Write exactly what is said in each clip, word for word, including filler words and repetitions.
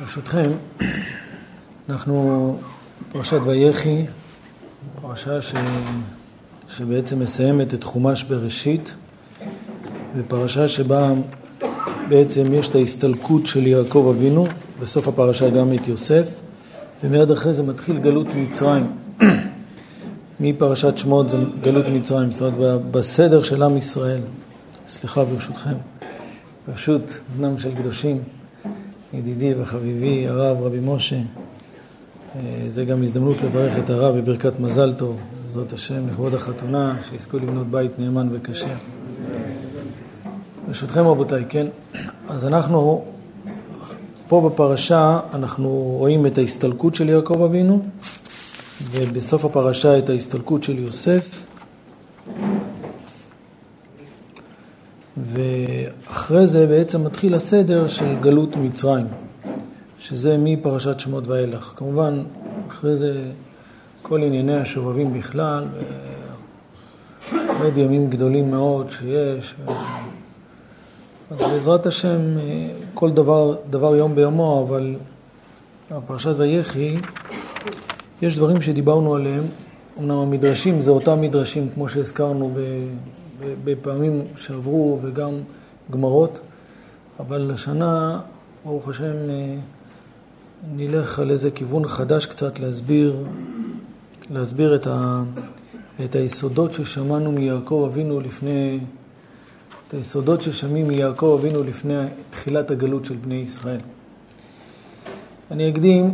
ברשותכם, אנחנו פרשת ויחי, פרשה ש... שבעצם מסיימת את חומש בראשית, ופרשה שבה בעצם יש את ההסתלקות של יעקב אבינו, בסוף הפרשה גם את יוסף, ומיד אחרי זה מתחיל גלות מצרים. מפרשת שמות זה גלות מצרים, זאת אומרת בסדר של עם ישראל. סליחה ברשותכם, ברשות זנם של קדושים, ידידי וחביבי הרב רבי משה, זה גם הזדמנות לברך את הרב בברכת מזל טוב, זאת השם לכבוד החתונה, שיזכו לבנות בית נאמן וקשה. ברשותכם רבותיי, כן? אז אנחנו פה בפרשה אנחנו רואים את ההסתלקות של יעקב אבינו, ובסוף הפרשה את ההסתלקות של יוסף, ואחרי זה בעצם מתחיל הסדר של גלות מצרים, שזה מפרשת שמות ואילך. כמובן אחרי זה כל ענייני השובבים בכלל, ועוד ימים גדולים מאוד שיש, אז בעזרת השם כל דבר, דבר יום ביומו, אבל בפרשת ויחי יש דברים שדיברנו עליהם. אמנם המדרשים זה אותם מדרשים כמו שהזכרנו בפעמים שעברו וגם גמרות, אבל השנה ברוך השם נלך על איזה כיוון חדש קצת להסביר להסביר את ה את היסודות ששמענו מיעקב אבינו לפני את היסודות ששמעים מיעקב אבינו לפני תחילת הגלות של בני ישראל. אני אקדים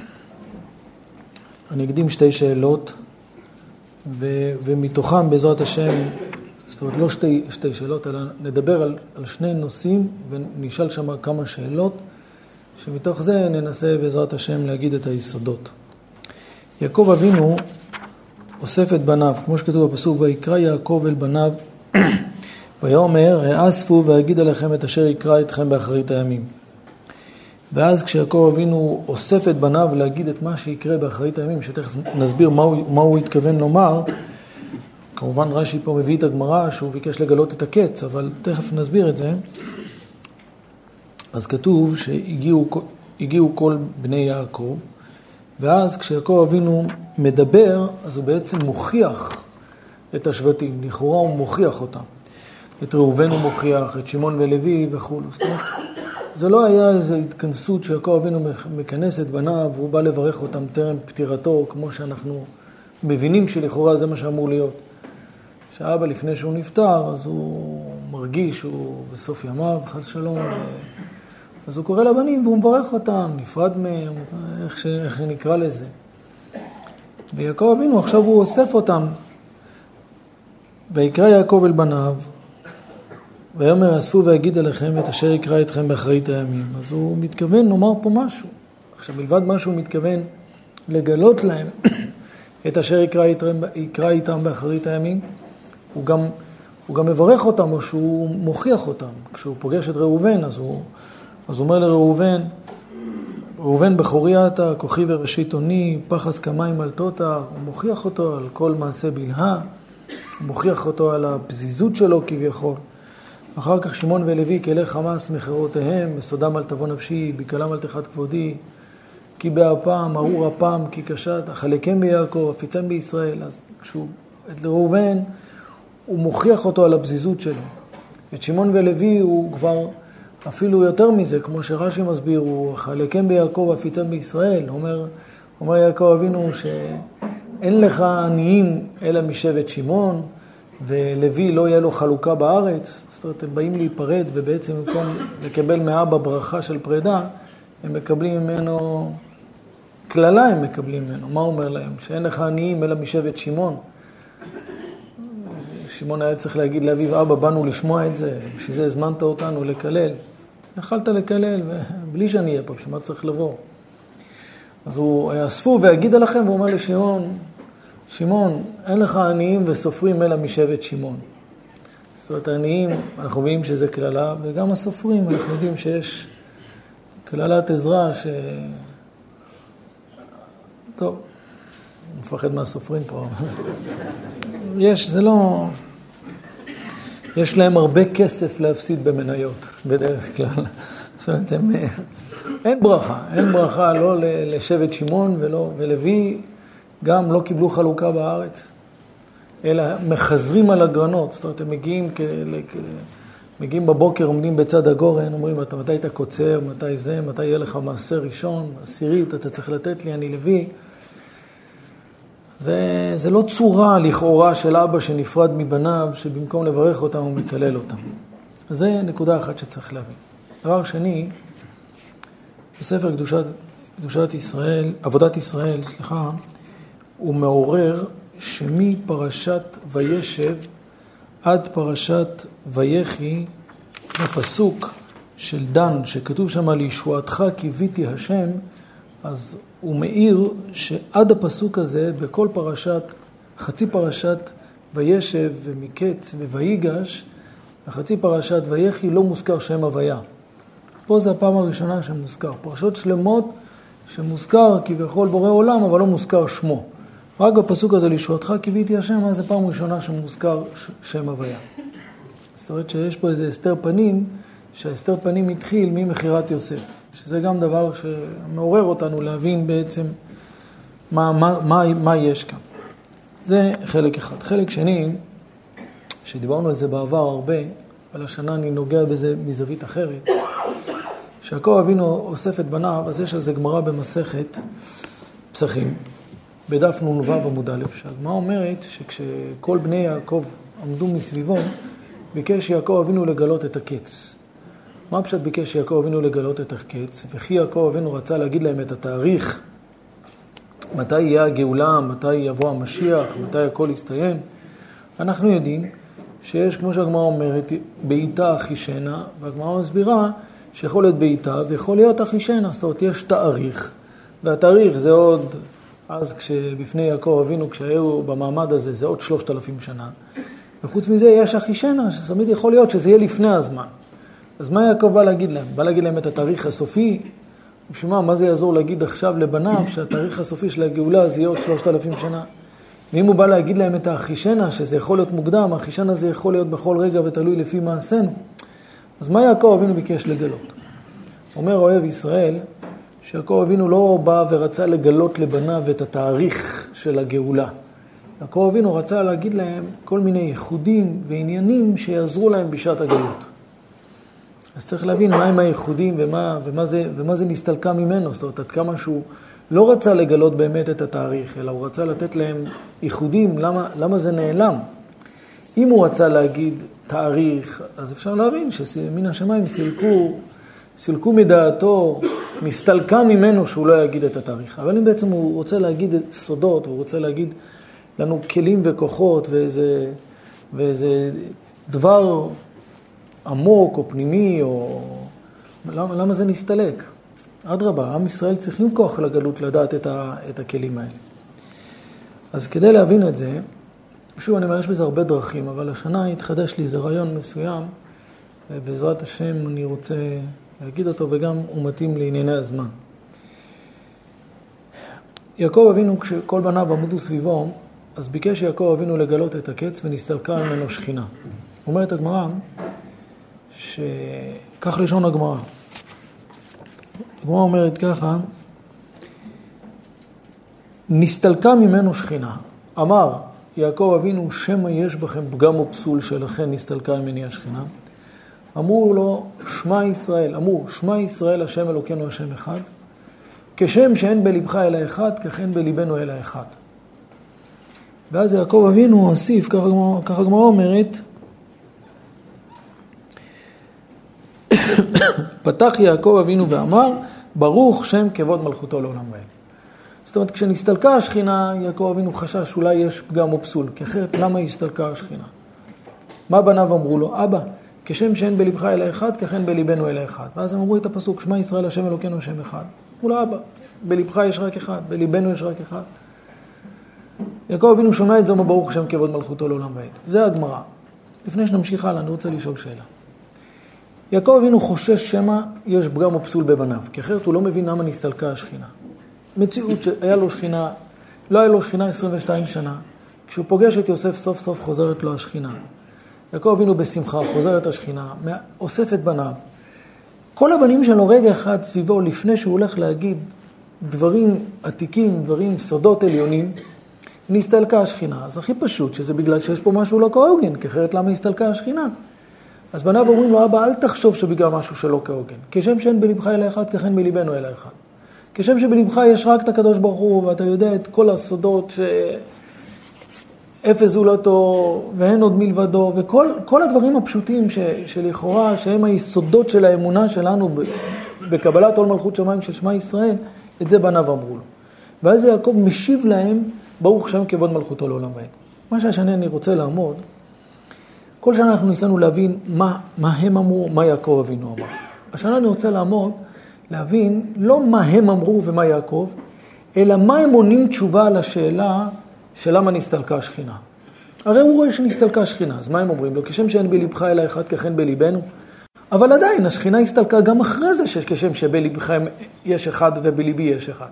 אני אקדים שתי שאלות, ו, ומתוכם בעזרת השם, זאת אומרת לא שתי, שתי שאלות, אלא נדבר על, על שני נושאים ונשאל שם כמה שאלות, שמתוך זה ננסה בעזרת השם להגיד את היסודות. יעקב אבינו אוסף את בניו, כמו שכתוב בפסוק, ויקרא יעקב אל בניו, ויאמר, האספו ואגיד עליכם את אשר יקרא אתכם באחרית הימים. ואז כשיעקב אבינו אוסף את בניו להגיד את מה שיקרה באחרית הימים, שתכף נסביר מה הוא, מה הוא התכוון לומר, כמובן רש"י פה מביא את הגמרא שהוא ביקש לגלות את הקץ, אבל תכף נסביר את זה. אז כתוב שהגיעו הגיעו כל בני יעקב, ואז כשיעקב אבינו מדבר, אז הוא בעצם מוכיח את השבטים, לכאורה הוא מוכיח אותם. את ראובן הוא מוכיח, את שמעון ולוי וכו'. זאת אומרת, זה לא היה איזו התכנסות שיעקב אבינו מכנס את בניו, והוא בא לברך אותם טרם פטירתו, כמו שאנחנו מבינים שלכאורה זה מה שאמור להיות. שהאבא לפני שהוא נפטר, אז הוא מרגיש שהוא בסוף ימיו, חס שלום, אז הוא קורא לבנים והוא מברך אותם, נפרד מהם, איך, ש... איך שנקרא לזה. ויעקב אבינו עכשיו הוא אוסף אותם, ויקרא יעקב אל בניו, ויאמר אספו ויגיד עליכם את אשר יקרא אתכם באחרית הימים. אז הוא מתכוון לומר פה משהו. עכשיו מלבד משהו הוא מתכוון לגלות להם את אשר יקרא איתם, יקרא איתם באחרית הימים. הוא גם, הוא גם מברך אותם או שהוא מוכיח אותם. כשהוא פוגש את ראובן, אז הוא, אז הוא אומר לראובן, ראובן בכורי אתה, כוחי וראשית עוני, פחז כמים על תותח. הוא מוכיח אותו על כל מעשה בלהה, הוא מוכיח אותו על הפזיזות שלו כביכול. אחר כך שמעון ולוי כאלי חמאס מחירותיהם, מסודם על תבוא נפשי, בקלם על תחת כבודי, כי באפם, ארור אפם, כי קשת, החלקם ביעקב, הפיצם בישראל. אז כשהוא, את ראובן, הוא מוכיח אותו על הפזיזות שלו. את שמעון ולוי הוא כבר אפילו יותר מזה, כמו שרש"י מסביר, הוא החלקם ביעקב, הפיצם בישראל. אומר, אומר יעקב אבינו שאין לך עניים אלא משבט שמעון, ולוי לא יהיה לו חלוקה בארץ. זאת אומרת, הם באים להיפרד, ובעצם במקום לקבל מאבא ברכה של פרידה, הם מקבלים ממנו, כללה הם מקבלים ממנו. מה אומר להם? שאין לך עניים אלא משבט שמעון. שמעון היה צריך להגיד לאביו, אבא, באנו לשמוע את זה, בשביל זה הזמנת אותנו לקלל. יכלת לקלל, בלי שאני אהיה פה, שמה צריך לבוא. אז הוא אספו ויגיד עליכם, והוא אומר לשמעון, שמעון, אין לך עניים וסופרים אלא משבט שמעון. זאת אומרת, העניים, אנחנו רואים שזה כללה, וגם הסופרים, אנחנו יודעים שיש כללת עזרא ש... טוב, אני מפחד מהסופרים פה. יש, זה לא... יש להם הרבה כסף להפסיד במניות, בדרך כלל. זאת אומרת, הם, אין ברכה, אין ברכה לא לשבט שמעון ולא, ולוי גם לא קיבלו חלוקה בארץ, אלא מחזרים על הגרנות, זאת אומרת, הם מגיעים, כ... מגיעים בבוקר, עומדים בצד הגורן, אומרים, אתה מתי אתה קוצר, מתי זה, מתי יהיה לך מעשר ראשון, עשירית, אתה צריך לתת לי, אני לוי. זה, זה לא צורה לכאורה של אבא שנפרד מבניו, שבמקום לברך אותם הוא מקלל אותם. זה נקודה אחת שצריך להבין. דבר שני, בספר קדושת, קדושת ישראל, עבודת ישראל, סליחה, הוא מעורר שמפרשת וישב עד פרשת ויחי, הפסוק של דן, שכתוב שם לישועתך קיוויתי השם, אז הוא מאיר שעד הפסוק הזה, בכל פרשת, חצי פרשת וישב ומקץ וויגש, וחצי פרשת ויחי לא מוזכר שם הוויה. פה זה הפעם הראשונה שמוזכר. פרשות שלמות שמוזכר כביכול בורא עולם, אבל לא מוזכר שמו. רק בפסוק הזה לישועתך קיוויתי השם, אז זה פעם ראשונה שמוזכר שם הוויה. זאת אומרת שיש פה איזה הסתר פנים, שההסתר פנים התחיל ממחירת יוסף. שזה גם דבר שמעורר אותנו להבין בעצם מה, מה, מה, מה יש כאן. זה חלק אחד. חלק שני, שדיברנו על זה בעבר הרבה, אבל השנה אני נוגע בזה מזווית אחרת, שיעקב אבינו אוסף את בניו, אז יש על זה גמרא במסכת פסחים, בדף נ"ו עמוד א', שהגמרא אומרת שכשכל בני יעקב עמדו מסביבו, ביקש יעקב אבינו לגלות את הקץ. מה פשוט ביקש יעקב אבינו לגלות את הקץ? וכי יעקב אבינו רצה להגיד להם את התאריך, מתי יהיה הגאולה, מתי יבוא המשיח, מתי הכל יסתיים. אנחנו יודעים שיש, כמו שהגמרא אומרת, בעיתה אחישנה, והגמרא מסבירה שיכול להיות בעיתה ויכול להיות אחישנה. זאת אומרת, יש תאריך, והתאריך זה עוד, אז כשבפני יעקב אבינו, כשהיו במעמד הזה, זה עוד שלושת אלפים שנה. וחוץ מזה יש אחישנה, שתמיד יכול להיות שזה יהיה לפני הזמן. אז מה יעקב בא להגיד להם? בא להגיד להם את התאריך הסופי? בשביל מה זה יעזור להגיד עכשיו לבניו שהתאריך הסופי של הגאולה זה יהיה עוד שלושת אלפים שנה? ואם הוא בא להגיד להם את האחישנה, שזה יכול להיות מוקדם, האחישנה זה יכול להיות בכל רגע ותלוי לפי מעשינו. אז מה יעקב אבינו ביקש לגלות? אומר אוהב ישראל, שיעקב אבינו לא בא ורצה לגלות לבניו את התאריך של הגאולה. יעקב אבינו רצה להגיד להם כל מיני ייחודים ועניינים שיעזרו להם בשעת הגלות. אז צריך להבין מהם הייחודים ומה, ומה, זה, ומה זה נסתלקה ממנו. זאת אומרת, עד כמה שהוא לא רצה לגלות באמת את התאריך, אלא הוא רצה לתת להם ייחודים, למה, למה זה נעלם. אם הוא רצה להגיד תאריך, אז אפשר להבין שמן השמיים סילקו, סילקו מדעתו, נסתלקה ממנו שהוא לא יגיד את התאריך. אבל אם בעצם הוא רוצה להגיד את סודות, הוא רוצה להגיד לנו כלים וכוחות ואיזה, ואיזה דבר עמוק או פנימי, או למה, למה זה נסתלק? אדרבה, עם ישראל צריכים כוח לגלות לדעת את, ה, את הכלים האלה. אז כדי להבין את זה, שוב אני אומר, יש בזה הרבה דרכים, אבל השנה התחדש לי איזה רעיון מסוים, ובעזרת השם אני רוצה להגיד אותו, וגם הוא מתאים לענייני הזמן. יעקב אבינו, כשכל בניו עמדו סביבו, אז ביקש יעקב אבינו לגלות את הקץ ונסתלקה ממנו שכינה. אומרת הגמרא, שכך לשון הגמרא. הגמרא אומרת ככה, נסתלקה ממנו שכינה. אמר יעקב אבינו, שמא יש בכם פגם או פסול שלכן נסתלקה ממני השכינה. אמרו לו, שמע ישראל, אמרו, שמע ישראל השם אלוקינו השם אחד, כשם שאין בלבך אלא אחד, ככן בליבנו אלא אחד. ואז יעקב אבינו הוסיף, ככה הגמרא אומרת, פתח יעקב אבינו ואמר, ברוך שם כבוד מלכותו לעולם ועד. זאת אומרת, כשנסתלקה השכינה, יעקב אבינו חשש אולי יש פגם או פסול, כי אחרת למה הסתלקה השכינה? מה בניו אמרו לו? אבא, כשם שאין בלבך אלא אחד, ככן בליבנו אלא אחד. ואז הם אמרו את הפסוק, שמע ישראל השם אלוקינו השם אחד. אמרו לו, אבא, בלבך יש רק אחד, בליבנו יש רק אחד. יעקב אבינו שומע את זה, ברוך שם כבוד מלכותו לעולם ועד. זה הגמרא. לפני שנמשיך הלאה, אני רוצה לשאול שאלה. יעקב אבינו חושש שמה יש פגם או פסול בבניו, כי אחרת הוא לא מבין למה נסתלקה השכינה. מציאות שהיה לו שכינה, לא היה לו שכינה עשרים ושתיים שנה, כשהוא פוגש את יוסף סוף סוף חוזרת לו השכינה. יעקב אבינו בשמחה, חוזרת השכינה, אוסף את בניו. כל הבנים שלו רגע אחד סביבו, לפני שהוא הולך להגיד דברים עתיקים, דברים סודות עליונים, נסתלקה השכינה. אז הכי פשוט שזה בגלל שיש פה משהו לא כהוגן, כי אחרת למה הסתלקה השכינה? אז בניו אומרים לו, אבא, אל תחשוב שבגלל משהו שלא כהוגן. כשם שאין בלבך אלא אחד, ככן בלבנו אלא אחד. כשם שבלבך יש רק את הקדוש ברוך הוא, ואתה יודע את כל הסודות שאפס זולתו ואין עוד מלבדו, וכל כל הדברים הפשוטים ש, שלכאורה, שהם היסודות של האמונה שלנו בקבלת עול מלכות שמיים של שמע ישראל, את זה בניו אמרו לו. ואז יעקב משיב להם, ברוך שם כבוד מלכותו לעולם ועד. מה שהשנה אני רוצה לעמוד, כל שנה אנחנו ניסינו להבין מה, מה הם אמרו, מה יעקב אבינו אמר. השנה אני רוצה לעמוד, להבין לא מה הם אמרו ומה יעקב, אלא מה הם עונים תשובה על השאלה של למה נסתלקה השכינה. הרי הוא רואה שנסתלקה השכינה, אז מה הם אומרים לו? כשם שאין בלבך אלא אחד, ככן בליבנו. אבל עדיין, השכינה הסתלקה גם אחרי זה, שכשם שבלבכם יש אחד ובליבי יש אחד.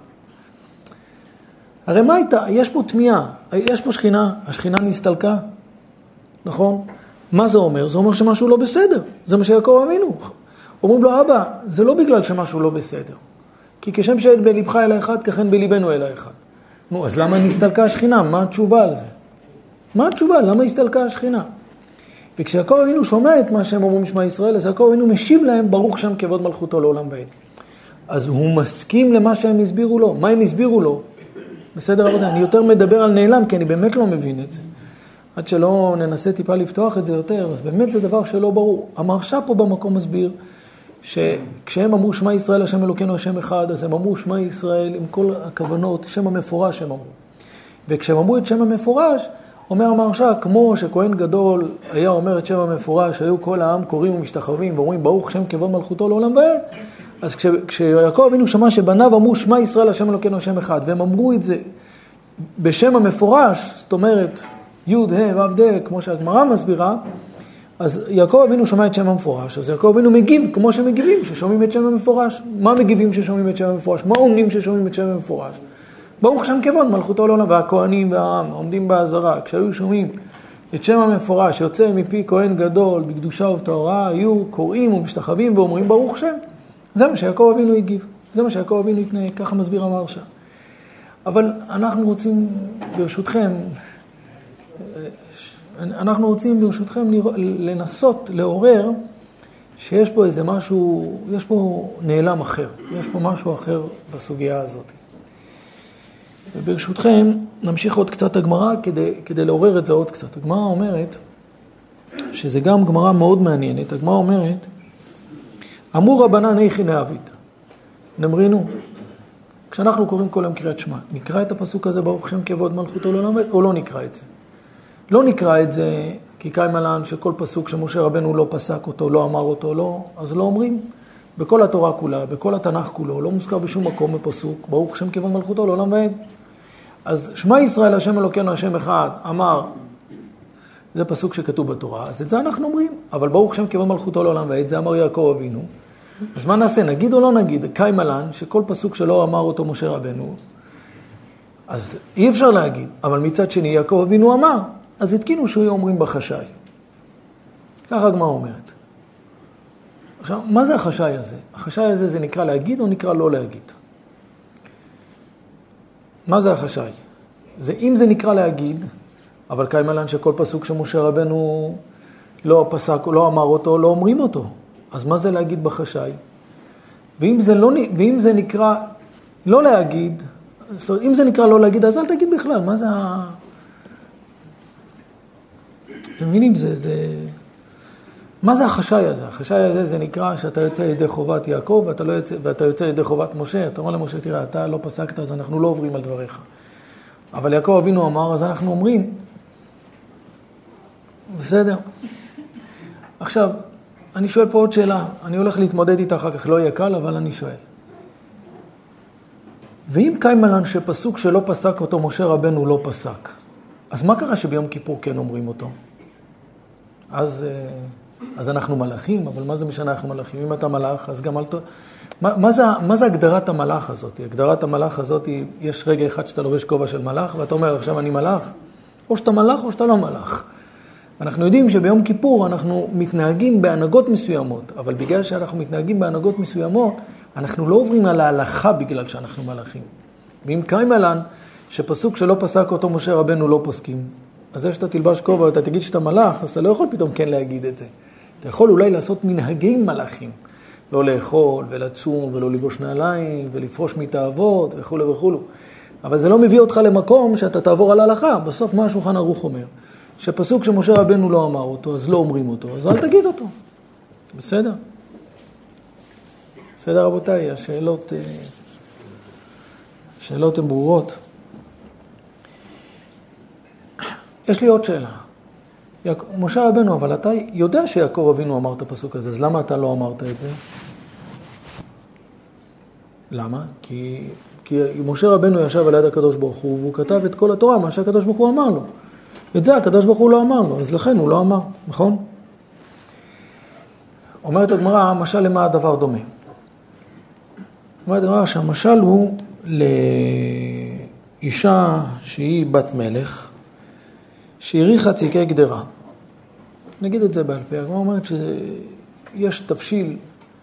הרי מה הייתה? יש פה תמיהה, יש פה שכינה, השכינה נסתלקה, נכון? מה זה אומר? זה אומר שמשהו לא בסדר, זה מה שיעקב אבינו. אומרים לו, אבא, זה לא בגלל שמשהו לא בסדר, כי כשם שאין בלבך אלא אחד, ככן בליבנו אלא אחד. נו, אז למה נסתלקה השכינה? מה התשובה על זה? מה התשובה? למה הסתלקה השכינה? וכשיעקב אבינו שומע את מה שהם אומרים שמע ישראל, אז יעקב אבינו משיב להם, ברוך שם כבוד מלכותו לעולם ועד. אז הוא מסכים למה שהם הסבירו לו. מה הם הסבירו לו? בסדר עבודה, אני יותר מדבר על נעלם, כי אני באמת לא מבין את זה. עד שלא ננסה טיפה לפתוח את זה יותר, אז באמת זה דבר שלא ברור. המרשה פה במקום מסביר, שכשהם אמרו שמע ישראל השם אלוקינו השם אחד, אז הם אמרו שמע ישראל עם כל הכוונות, שם המפורש הם אמרו. וכשהם אמרו את שם המפורש, אומר המרשה, כמו שכהן גדול היה אומר את שם המפורש, היו כל העם קוראים ומשתחווים ואומרים ברוך שם כבוד מלכותו לעולם ועד, אז כש, כשיעקב אבינו שמע שבניו אמרו שמע ישראל השם אלוקינו השם אחד, והם אמרו את זה בשם המפורש, זאת אומרת י' ה' ו' ד' כמו שהגמרא מסבירה, אז יעקב אבינו שומע את שם המפורש, אז יעקב אבינו מגיב כמו שמגיבים ששומעים את שם המפורש. מה מגיבים ששומעים את שם המפורש? מה עונים ששומעים את שם המפורש? ברוך שם כבוד מלכותו לעולם, והכהנים והעם עומדים בעזרה, כשהיו שומעים את שם המפורש יוצא מפי כהן גדול בקדושה ובטהרה, היו קוראים ומשתחווים ואומרים ברוך שם. זה מה שיעקב אבינו הגיב, זה מה שיעקב אבינו התנהג, ככה מסביר המרשה. אבל אנחנו רוצים ברשותכם, אנחנו רוצים ברשותכם לנסות לעורר שיש פה איזה משהו, יש פה נעלם אחר, יש פה משהו אחר בסוגיה הזאת. וברשותכם נמשיך עוד קצת הגמרא כדי, כדי לעורר את זה עוד קצת. הגמרא אומרת, שזה גם גמרא מאוד מעניינת, הגמרא אומרת, אמרו רבנן איכי נעביד. נאמרינו, כשאנחנו קוראים כל יום קריאת שמע, נקרא את הפסוק הזה ברוך שם כבוד מלכותו לעולם ועד, או לא נקרא את זה? לא נקרא את זה כי קיים עלן שכל פסוק שמשה רבנו לא פסק אותו, לא אמר אותו, לא, אז לא אומרים. בכל התורה כולה, בכל התנ"ך כולו, לא מוזכר בשום מקום בפסוק, ברוך שם כבוד מלכותו לעולם ועד. אז שמע ישראל השם אלוקינו השם אחד אמר, זה פסוק שכתוב בתורה, אז את זה אנחנו אומרים, אבל ברוך שם כבוד מלכותו לעולם ועד, זה אמר יעקב אבינו. אז מה נעשה? נגיד או לא נגיד? קיים עלן שכל פסוק שלא אמר אותו משה רבנו, אז אי אפשר להגיד, אבל מצד שני יעקב אבינו אמר, אז התקינו שהוא אומרים בחשאי. ככה הגמרא אומרת. עכשיו, מה זה החשאי הזה? החשאי הזה זה נקרא להגיד או נקרא לא להגיד? מה זה החשאי? זה אם זה נקרא להגיד, אבל קיים עלן שכל פסוק שמשה רבנו לא פסק, לא אמר אותו, לא אומרים אותו. אז מה זה להגיד בחשאי? ואם זה, לא, ואם זה נקרא לא להגיד, זאת אומרת, אם זה נקרא לא להגיד, אז אל תגיד בכלל. מה זה ה... אתם מבינים? זה, זה... מה זה החשאי הזה? החשאי הזה זה נקרא שאתה יוצא ידי חובת יעקב ואתה, לא יוצא, ואתה יוצא ידי חובת משה. אתה אומר למשה, תראה, אתה לא פסקת, אז אנחנו לא עוברים על דבריך. אבל יעקב אבינו אמר, אז אנחנו אומרים. בסדר. עכשיו, אני שואל פה עוד שאלה. אני הולך להתמודד איתה אחר כך, לא יהיה קל, אבל אני שואל. ואם קיים עלן שפסוק שלא פסק אותו משה רבנו לא פסק, אז מה קרה שביום כיפור כן אומרים אותו? אז... אז אנחנו מלאכים, אבל מה זה משנה אנחנו מלאכים? אם אתה מלאך, אז גם אל ת... מה, מה, זה, מה זה הגדרת המלאך הזאת? הגדרת המלאך הזאת, יש רגע אחד שאתה לובש כובע של מלאך, ואתה אומר, עכשיו אני מלאך, או שאתה מלאך או שאתה לא מלאך. אנחנו יודעים שביום כיפור אנחנו מתנהגים בהנהגות מסוימות, אבל בגלל שאנחנו מתנהגים בהנהגות מסוימות, אנחנו לא עוברים על ההלכה בגלל שאנחנו מלאכים. ואם קיים עלן, שפסוק שלא פסק אותו משה רבנו לא פוסקים, אז זה שאתה תלבש כובע ואתה תגיד שאתה מלאך, אז אתה לא יכול פתאום כן להגיד את זה. אתה יכול אולי לעשות מנהגים מלאכים, לא לאכול ולצום ולא לבוש נעליים ולפרוש מתאוות וכו' וכו'. אבל זה לא מביא אותך למקום שאתה תעבור על ההלכה. בסוף מה השולחן ערוך אומר? שפסוק שמשה רבנו לא אמר אותו, אז לא אומרים אותו, אז אל תגיד אותו. בסדר? בסדר רבותיי, השאלות, השאלות הן ברורות. יש לי עוד שאלה. משה רבנו, אבל אתה יודע שיעקב אבינו אמר את הפסוק הזה, אז למה אתה לא אמרת את זה? למה? כי, כי משה רבנו ישב על יד הקדוש ברוך הוא, והוא כתב את כל התורה, מה שהקדוש ברוך הוא אמר לו. את זה הקדוש ברוך הוא לא אמר לו, אז לכן הוא לא אמר, נכון? אומרת הגמרא, המשל למה הדבר דומה? אומרת הגמרא שהמשל הוא לאישה שהיא בת מלך, שהריחה ציקי גדרה. נגיד את זה בעל פה. הגמרא אומרת שיש תבשיל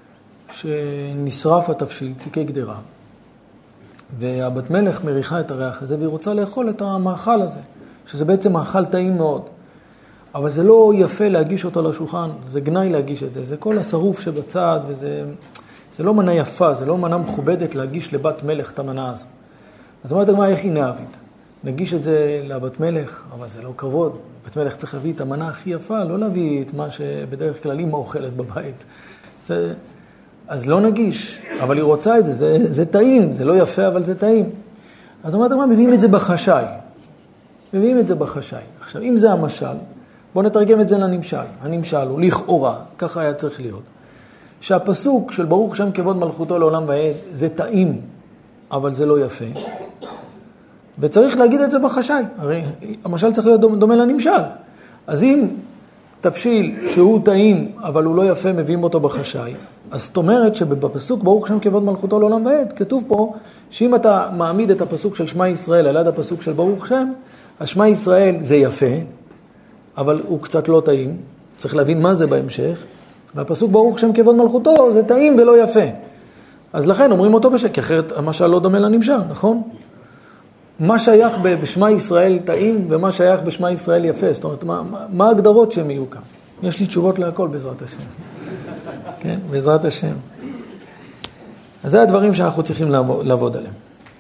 שנשרף התבשיל, ציקי גדרה, והבת מלך מריחה את הריח הזה, והיא רוצה לאכול את המאכל הזה, שזה בעצם מאכל טעים מאוד. אבל זה לא יפה להגיש אותו לשולחן, זה גנאי להגיש את זה, זה כל השרוף שבצד, וזה זה לא מנה יפה, זה לא מנה מכובדת להגיש לבת מלך את המנה הזו. אז אומרת הגמרא, איך היא נאהבית? נגיש את זה לבת מלך, אבל זה לא כבוד. בת מלך צריך להביא את המנה הכי יפה, לא להביא את מה שבדרך כלל אמא אוכלת בבית. זה, אז לא נגיש, אבל היא רוצה את זה, זה, זה טעים, זה לא יפה, אבל זה טעים. אז אומרת הגמרא, מביאים את זה בחשאי. מביאים את זה בחשאי. עכשיו, אם זה המשל, בואו נתרגם את זה לנמשל. הנמשל הוא לכאורה, ככה היה צריך להיות. שהפסוק של ברוך שם כבוד מלכותו לעולם ועד, זה טעים, אבל זה לא יפה. וצריך להגיד את זה בחשאי. הרי המשל צריך להיות דומה לנמשל. אז אם תבשיל שהוא טעים, אבל הוא לא יפה, מביאים אותו בחשאי, אז זאת אומרת שבפסוק ברוך שם כבוד מלכותו לעולם ועד, כתוב פה שאם אתה מעמיד את הפסוק של שמע ישראל על יד הפסוק של ברוך שם, אז שמע ישראל זה יפה, אבל הוא קצת לא טעים. צריך להבין מה זה בהמשך. והפסוק ברוך שם כבוד מלכותו זה טעים ולא יפה. אז לכן אומרים אותו בשק, אחרת המשל לא דומה לנמשל, נכון? מה שייך בשמע ישראל טעים ומה שייך בשמע ישראל יפה. זאת אומרת, מה, מה, מה ההגדרות שהם יהיו כאן? יש לי תשובות להכל בעזרת השם. כן, בעזרת השם. אז זה הדברים שאנחנו צריכים לעבוד, לעבוד עליהם.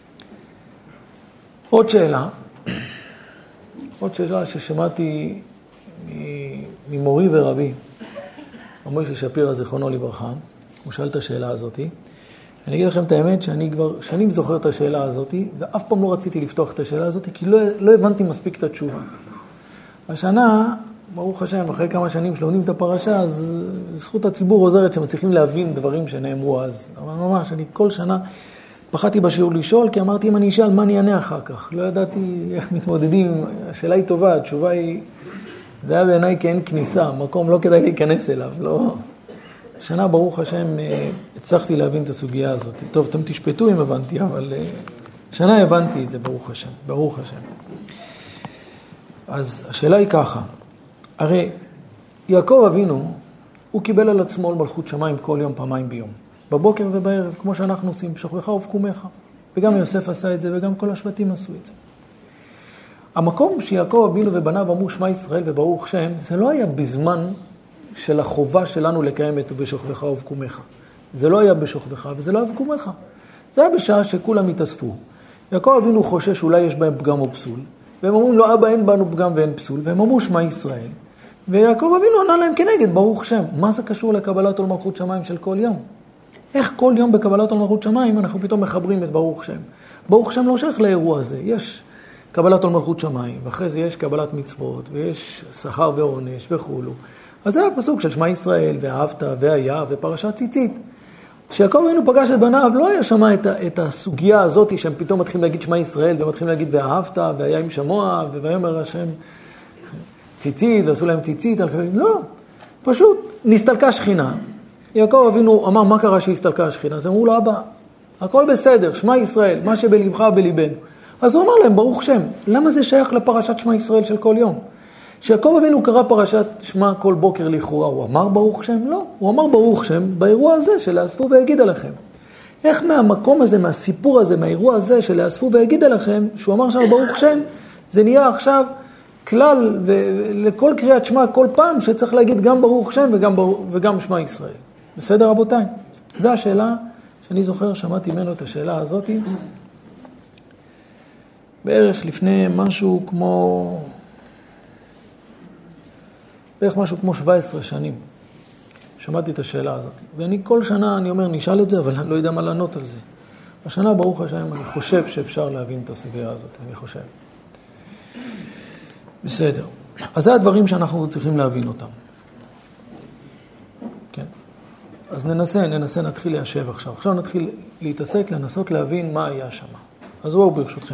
עוד שאלה, עוד שאלה ששמעתי ממורי ורבי, מוישה שפירא זיכרונו לברכה, הוא שאל את השאלה הזאת. אני אגיד לכם את האמת שאני כבר שנים זוכר את השאלה הזאת, ואף פעם לא רציתי לפתוח את השאלה הזאת, כי לא, לא הבנתי מספיק את התשובה. השנה, ברוך השם, אחרי כמה שנים שלומדים את הפרשה, אז זכות הציבור עוזרת שמצליחים להבין דברים שנאמרו אז. אבל ממש, אני כל שנה פחדתי בשיעור לשאול, כי אמרתי, אם אני אשאל, מה אני אענה אחר כך? לא ידעתי איך מתמודדים. השאלה היא טובה, התשובה היא, זה היה בעיניי כאין כניסה, מקום לא כדאי להיכנס אליו, לא. השנה, ברוך השם, הצלחתי להבין את הסוגיה הזאת. טוב, אתם תשפטו אם הבנתי, אבל השנה הבנתי את זה, ברוך השם, ברוך השם. אז השאלה היא ככה, הרי יעקב אבינו, הוא קיבל על עצמו מלכות שמיים כל יום, פעמיים ביום. בבוקר ובערב, כמו שאנחנו עושים, שוכבך ובקומך. וגם יוסף עשה את זה, וגם כל השבטים עשו את זה. המקום שיעקב אבינו ובניו אמרו שמע ישראל וברוך שם, זה לא היה בזמן של החובה שלנו לקיים את בשוכבך ובקומך. זה לא היה בשוכבך וזה לא היה בקומך. זה היה בשעה שכולם התאספו. יעקב אבינו חושש אולי יש בהם פגם או פסול, והם אומרים לו אבא אין בנו פגם ואין פסול, והם אמרו שמע ישראל. ויעקב אבינו ענה להם כנגד ברוך שם. מה זה קשור לקבלת עול מלכות שמיים של כל יום? איך כל יום בקבלת עול מלכות שמיים אנחנו פתאום מחברים את ברוך שם? ברוך שם לא שייך לאירוע הזה. יש קבלת עול מלכות שמיים, ואחרי זה יש קבלת מצוות, ויש שכר ועונש וכולו. אז זה הפסוק של שמע ישראל, ואהבת, והיה, ופרשת ציצית. כשיעקב אבינו פגש את בניו, לא היה שמה את, את הסוגיה הזאת, שהם פתאום מתחילים להגיד שמע ישראל, ומתחילים להגיד ואהבת, והיה עם שמוע, ויאמר השם ציצית, ועשו להם ציצית. לא, פשוט נסתלקה שכינה. יעקב אבינו אמר, מה קרה שהסתלקה השכינה? אז אמרו לו, אבא, הכל בסדר, שמע ישראל, מה שבלבך בליבנו. אז הוא אמר להם, ברוך שם. למה זה שייך לפרשת שמע ישראל של כל יום? שיעקב אבינו קרא פרשת שמע כל בוקר לכאורה, הוא אמר ברוך שם? לא, הוא אמר ברוך שם באירוע הזה של לאספו ויגיד עליכם. איך מהמקום הזה, מהסיפור הזה, מהאירוע הזה של לאספו ויגיד עליכם, שהוא אמר שם ברוך שם, זה נהיה עכשיו כלל ולכל קריאת שמע כל פעם שצריך להגיד גם ברוך שם וגם, וגם שמע ישראל. בסדר רבותיי? זו השאלה שאני זוכר, שמעתי ממנו את השאלה הזאת, בערך לפני משהו כמו, בערך משהו כמו שבע עשרה שנים. שמעתי את השאלה הזאת. ואני כל שנה, אני אומר, נשאל את זה, אבל אני לא יודע מה לענות על זה. השנה, ברוך השם, אני חושב שאפשר להבין את הסוגיה הזאת, אני חושב. בסדר. אז זה הדברים שאנחנו צריכים להבין אותם. כן. אז ננסה, ננסה, נתחיל ליישב עכשיו. עכשיו נתחיל להתעסק, לנסות להבין מה היה שם. אז בואו ברשותכם.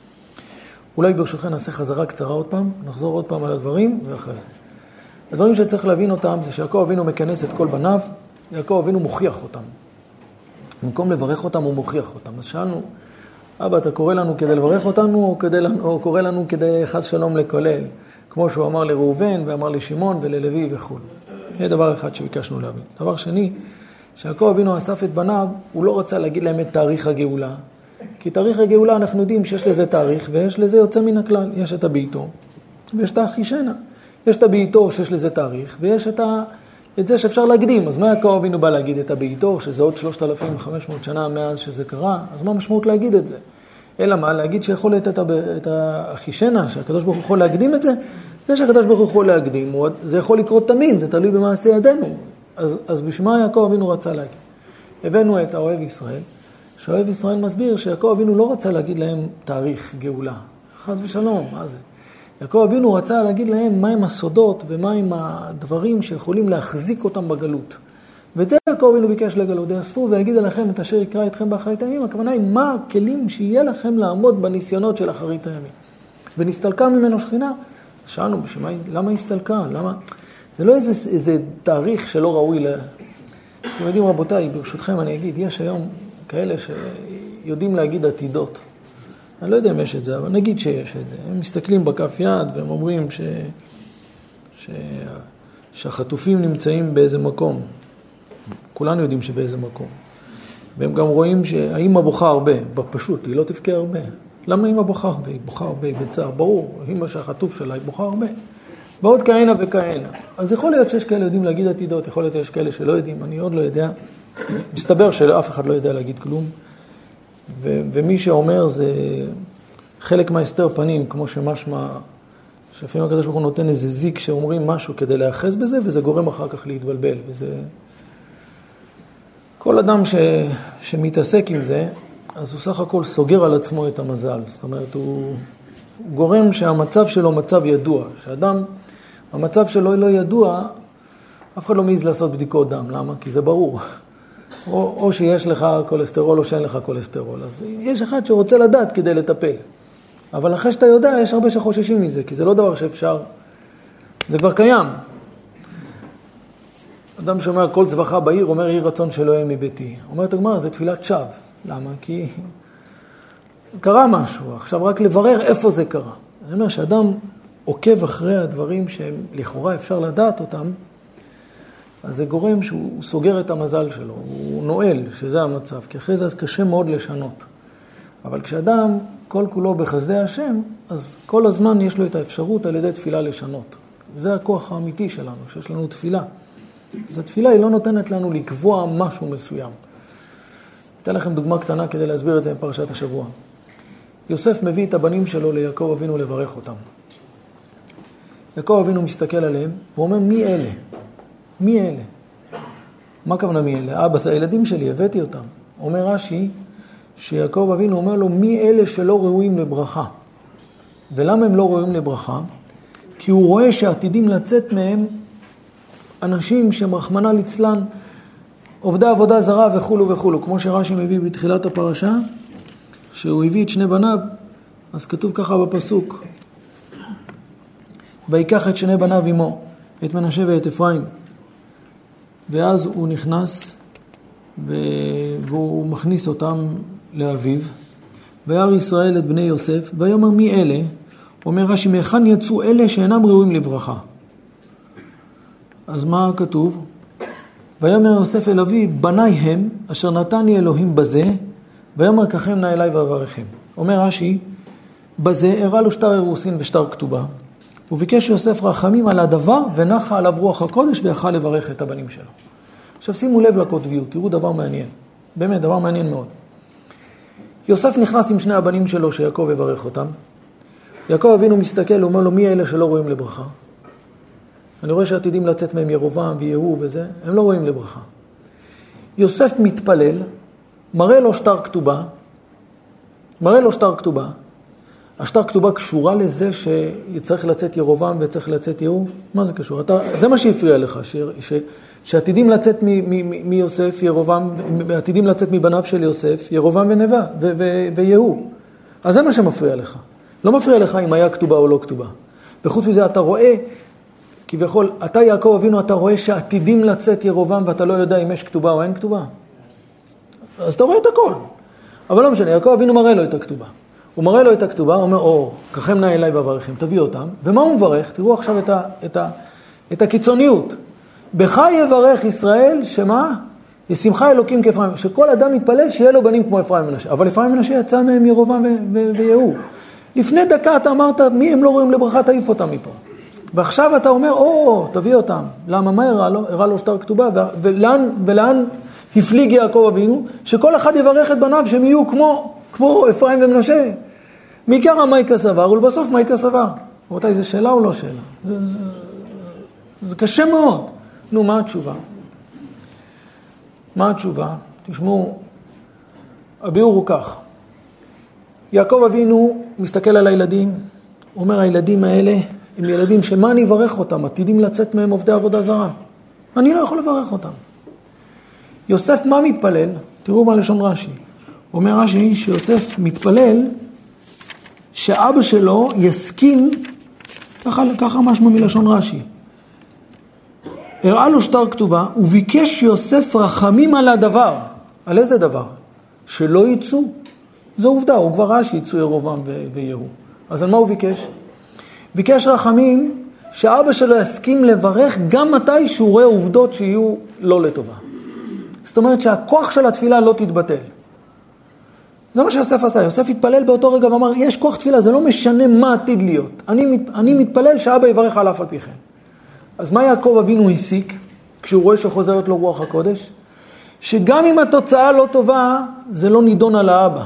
אולי ברשותכם נעשה חזרה קצרה עוד פעם, נחזור עוד פעם על הדברים, ואחרי זה. הדברים שצריך להבין אותם זה שיעקב אבינו מכנס את כל בניו, יעקב אבינו מוכיח אותם. במקום לברך אותם הוא מוכיח אותם. אז שאלנו, אבא, אתה קורא לנו כדי לברך אותנו או, כדי, או קורא לנו כדי חס שלום לכולל? כמו שהוא אמר לראובן ואמר לשמעון וללוי וכו'. זה דבר אחד שביקשנו להבין. דבר שני, שיעקב אבינו אסף את בניו, הוא לא רצה להגיד להם את תאריך הגאולה. כי תאריך הגאולה אנחנו יודעים שיש לזה תאריך ויש לזה יוצא מן הכלל. יש את הביתו ויש את האחישנה. יש את הביתו שיש לזה תאריך, ויש את, ה... את זה שאפשר להקדים. אז מה יעקב אבינו בא להגיד את הביתו, שזה עוד שלושת אלפים וחמש מאות שנה מאז שזה קרה? אז מה המשמעות להגיד את זה? אלא מה? להגיד שיכול להיות את, ה... את האחישנה, שהקדוש ברוך הוא יכול להקדים את זה? זה שהקדוש ברוך הוא יכול להקדים, זה יכול לקרות תמיד, זה תלוי במעשה ידינו. אז, אז בשמה יעקב אבינו רצה להגיד. הבאנו את האוהב ישראל, שהאוהב ישראל מסביר שיעקב אבינו לא רצה להגיד להם תאריך גאולה. חס ושלום, מה זה? יעקב אבינו רצה להגיד להם מהם הסודות ומהם הדברים שיכולים להחזיק אותם בגלות. ואת זה יעקב אבינו ביקש לגלות. יאספו ויגיד עליכם את אשר יקרא אתכם באחרית הימים. הכוונה היא מה הכלים שיהיה לכם לעמוד בניסיונות של אחרית הימים. ונסתלקה ממנו שכינה. שאלנו, בשמה, למה הסתלקה? למה? זה לא איזה, איזה תאריך שלא ראוי ל... אתם יודעים רבותיי, ברשותכם אני אגיד, יש היום כאלה שיודעים להגיד עתידות. אני לא יודע אם יש את זה, אבל נגיד שיש את זה. הם מסתכלים בכף יד והם אומרים ש... ש... שהחטופים נמצאים באיזה מקום. כולנו יודעים שבאיזה מקום. והם גם רואים שהאמא בוכה הרבה, בפשוט, היא לא תבכה הרבה. למה אמא בוכה הרבה? היא בוכה הרבה בצער, ברור. אמא שהחטוף שלה היא בוכה הרבה. ועוד כהנה וכהנה. אז יכול להיות שיש כאלה יודעים להגיד עתידות, יכול להיות שיש כאלה שלא יודעים, אני עוד לא יודע. מסתבר שאף אחד לא יודע להגיד כלום. ו- ומי שאומר זה חלק מהסתר פנים, כמו שמשמע, שלפעמים הקדוש ברוך הוא נותן איזה זיק שאומרים משהו כדי להאחז בזה, וזה גורם אחר כך להתבלבל. וזה... כל אדם ש... שמתעסק עם זה, אז הוא סך הכל סוגר על עצמו את המזל. זאת אומרת, הוא, הוא גורם שהמצב שלו מצב ידוע. שאדם, המצב שלו לא ידוע, אף אחד לא מעז לעשות בדיקות דם. למה? כי זה ברור. או, או שיש לך קולסטרול או שאין לך קולסטרול. אז יש אחד שרוצה לדעת כדי לטפל. אבל אחרי שאתה יודע, יש הרבה שחוששים מזה, כי זה לא דבר שאפשר, זה כבר קיים. אדם שאומר, כל צווחה בעיר, אומר, יהי רצון שלא יהיה מביתי. אומרת הגמרא, זה תפילת שווא. למה? כי קרה משהו. עכשיו רק לברר איפה זה קרה. אני אומר שאדם עוקב אחרי הדברים שהם לכאורה אפשר לדעת אותם, אז זה גורם שהוא סוגר את המזל שלו, הוא נועל, שזה המצב, כי אחרי זה אז קשה מאוד לשנות. אבל כשאדם כל כולו בחסדי השם, אז כל הזמן יש לו את האפשרות על ידי תפילה לשנות. זה הכוח האמיתי שלנו, שיש לנו תפילה. אז התפילה היא לא נותנת לנו לקבוע משהו מסוים. אתן לכם דוגמה קטנה כדי להסביר את זה בפרשת השבוע. יוסף מביא את הבנים שלו ליעקב אבינו לברך אותם. יעקב אבינו מסתכל עליהם, והוא אומר, מי אלה? מי אלה? מה הכוונה מי אלה? אבא, זה הילדים שלי, הבאתי אותם. אומר רש"י, שיעקב אבינו אומר לו, מי אלה שלא ראויים לברכה? ולמה הם לא ראויים לברכה? כי הוא רואה שעתידים לצאת מהם אנשים שהם רחמנא ליצלן, עובדי עבודה זרה וכולו וכולו. כמו שרש"י מביא בתחילת הפרשה, שהוא הביא את שני בניו, אז כתוב ככה בפסוק, ויקח את שני בניו עמו, את מנשה ואת אפרים. ואז הוא נכנס והוא מכניס אותם לאביו. וירא ישראל את בני יוסף, ויאמר מי אלה? אומר רש"י, מהיכן יצאו אלה שאינם ראויים לברכה? אז מה כתוב? ויאמר יוסף אל אביו, בניי הם, אשר נתני אלוהים בזה, ויאמר קחם נא אליי ואברכם. אומר רש"י, בזה הראה לו שטר אירוסין ושטר כתובה, וביקש יוסף רחמים על הדבר, ונחה עליו רוח הקודש, ויכל לברך את הבנים שלו. עכשיו שימו לב לקוטביות, תראו דבר מעניין. באמת, דבר מעניין מאוד. יוסף נכנס עם שני הבנים שלו, שיעקב יברך אותם. יעקב אבינו מסתכל, הוא אומר לו, מי אלה שלא רואים לברכה? אני רואה שעתידים לצאת מהם ירובעם ויהוא וזה, הם לא רואים לברכה. יוסף מתפלל, מראה לו שטר כתובה, מראה לו שטר כתובה. השטר כתובה קשורה לזה שצריך לצאת ירובעם וצריך לצאת יהוא? מה זה קשור? אתה, זה מה שהפריע לך, ש, ש, שעתידים לצאת מ, מ, מ, מיוסף, ירובעם, עתידים לצאת מבניו של יוסף, ירובעם ונבע ו, ו, ויהוא. אז זה מה שמפריע לך. לא מפריע לך אם היה כתובה או לא כתובה. וחוץ מזה אתה רואה, כביכול, אתה יעקב אבינו, אתה רואה שעתידים לצאת ירובעם ואתה לא יודע אם יש כתובה או אין כתובה. אז אתה רואה את הכל. אבל לא משנה, יעקב אבינו מראה לו את הכתובה. הוא מראה לו את הכתובה, הוא אומר, או, קחם נא אליי ואברכם, תביא אותם. ומה הוא מברך? תראו עכשיו את, ה, את, ה, את הקיצוניות. בך יברך ישראל, שמה? ישמחה אלוקים כאפרים. שכל אדם מתפלל שיהיה לו בנים כמו אפרים מנשה. אבל אפרים מנשה יצא מהם ירובעם ויהוא. לפני דקה אתה אמרת, מי הם לא רואים לברכה, תעיף אותם מפה. ועכשיו אתה אומר, או, תביא אותם. למה? מה הראה לו? הראה לו שטר כתובה. ולאן, ולאן הפליג יעקב אבינו? שכל אחד יברך את בניו שהם יהיו כמו, כמו אפרים ומנשה. מעיקר המייקה סבר, ולבסוף מייקה סבר. רבותיי, זה שאלה או לא שאלה? זה, זה, זה קשה מאוד. נו, מה התשובה? מה התשובה? תשמעו, הביאור הוא כך. יעקב אבינו מסתכל על הילדים, הוא אומר, הילדים האלה הם ילדים שמה אני אברך אותם? עתידים לצאת מהם עובדי עבודה זרה. אני לא יכול לברך אותם. יוסף מה מתפלל? תראו מה לשון רש"י. הוא אומר רש"י שיוסף מתפלל שאבא שלו יסכים, ככה, ככה משמע מלשון רש"י. הראה לו שטר כתובה, וביקש יוסף רחמים על הדבר. על איזה דבר? שלא יצאו. זו עובדה, הוא כבר ראה שיצאו ירובעם ויהוא. אז על מה הוא ביקש? ביקש רחמים שאבא שלו יסכים לברך גם מתי שהוא רואה עובדות שיהיו לא לטובה. זאת אומרת שהכוח של התפילה לא תתבטל. זה מה שיוסף עשה. יוסף התפלל באותו רגע ואמר, יש כוח תפילה, זה לא משנה מה עתיד להיות. אני, אני מתפלל שאבא יברך על אף על פי כן. אז מה יעקב אבינו הסיק כשהוא רואה שחוזרת לו רוח הקודש? שגם אם התוצאה לא טובה, זה לא נידון על האבא.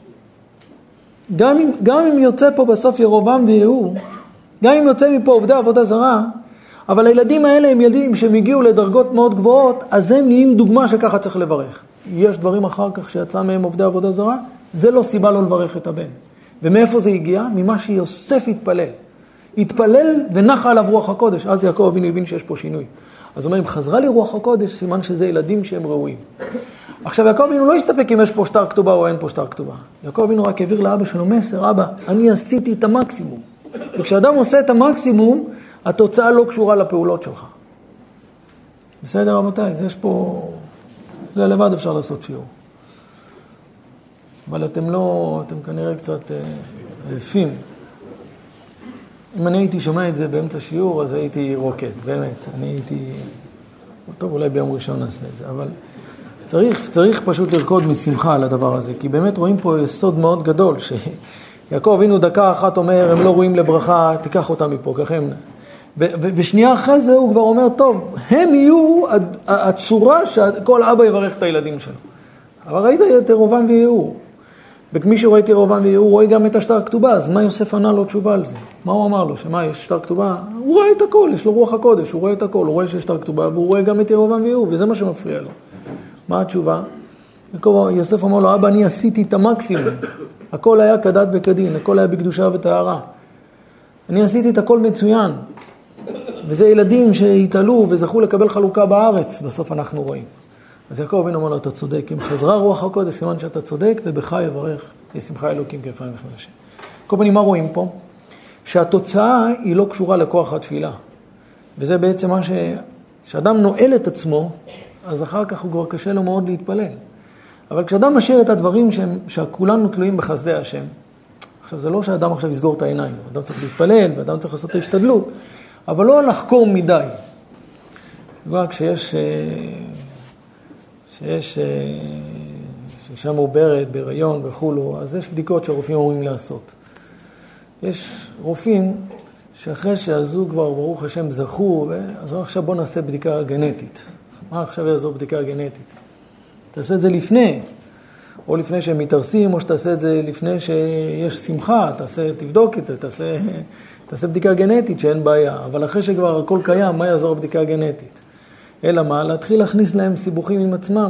גם אם, גם אם יוצא פה בסוף ירובעם ויהוא, גם אם יוצא מפה עובדי עבודה זרה, אבל הילדים האלה הם ילדים שהם הגיעו לדרגות מאוד גבוהות, אז הם נהיים דוגמה שככה צריך לברך. יש דברים אחר כך שיצא מהם עובדי עבודה זרה, זה לא סיבה לא לברך את הבן. ומאיפה זה הגיע? ממה שיוסף התפלל. התפלל ונחה עליו רוח הקודש, אז יעקב אבינו הבין שיש פה שינוי. אז אומר, אם חזרה לי רוח הקודש, סימן שזה ילדים שהם ראויים. עכשיו יעקב אבינו לא הסתפק אם יש פה שטר כתובה או אין פה שטר כתובה. יעקב אבינו רק העביר לאבא שלו מסר, אבא, אני עשיתי את המקסימום. וכשאדם עושה את המקסימום, התוצאה לא קשורה לפעולות שלך. בסדר רבותיי, יש פה, זה לבד אפשר לעשות שיעור. אבל אתם לא, אתם כנראה קצת עייפים. אם אני הייתי שומע את זה באמצע שיעור, אז הייתי רוקד, באמת. אני הייתי, טוב, אולי ביום ראשון נעשה את זה, אבל צריך, צריך פשוט לרקוד משמחה על הדבר הזה, כי באמת רואים פה יסוד מאוד גדול, שיעקב אבינו דקה אחת אומר, הם לא רואים לברכה, תיקח אותם מפה, ככה הם... ושנייה אחרי זה הוא כבר אומר, טוב, הם יהיו הצורה שכל אבא יברך את הילדים שלו. אבל ראית את ירובעם ויהוא. וכמי שרואה את ירובעם ויהוא, הוא רואה גם את השטר כתובה, אז מה יוסף ענה לו תשובה על זה? מה הוא אמר לו? שמה, יש שטר כתובה? הוא רואה את הכל, יש לו רוח הקודש, הוא רואה את הכל, הוא רואה שיש שטר כתובה, והוא רואה גם את ירובעם ויהוא, וזה מה שמפריע לו. מה התשובה? יוסף אמר לו, אבא, אני עשיתי את המקסימום. הכל היה כדת וכדין, הכל היה בקדושה וטהרה. אני עשיתי את הכל מצוין. וזה ילדים שהתעלו וזכו לקבל חלוקה בארץ, בסוף אנחנו רואים. אז יעקב אבינו אומר לו, אתה צודק, אם חזרה רוח הקודש, סימן שאתה צודק, ובך יברך, ישמחה אלוקים כאפרים ומנשה. כל פנים, מה רואים פה? שהתוצאה היא לא קשורה לכוח התפילה. וזה בעצם מה ש... שאדם נועל את עצמו, אז אחר כך הוא כבר קשה לו מאוד להתפלל. אבל כשאדם משאיר את הדברים שהם, שכולנו תלויים בחסדי השם, עכשיו, זה לא שהאדם עכשיו יסגור את העיניים, האדם צריך להתפלל, ואדם צריך לעשות את ההשתדלות, אבל לא לחקור מדי. כבר כשיש, שיש, שאישה מעוברת, בהיריון וכולו, אז יש בדיקות שהרופאים אומרים לעשות. יש רופאים שאחרי שהזוג כבר, ברוך השם, זכו, אז עכשיו בוא נעשה בדיקה גנטית. מה עכשיו יעזור בדיקה גנטית? תעשה את זה לפני, או לפני שהם מתארסים, או שתעשה את זה לפני שיש שמחה, תעשה, תבדוק את זה, תעשה, תעשה בדיקה גנטית שאין בעיה. אבל אחרי שכבר הכל קיים, מה יעזור בדיקה הגנטית? אלא מה? להתחיל להכניס להם סיבוכים עם עצמם.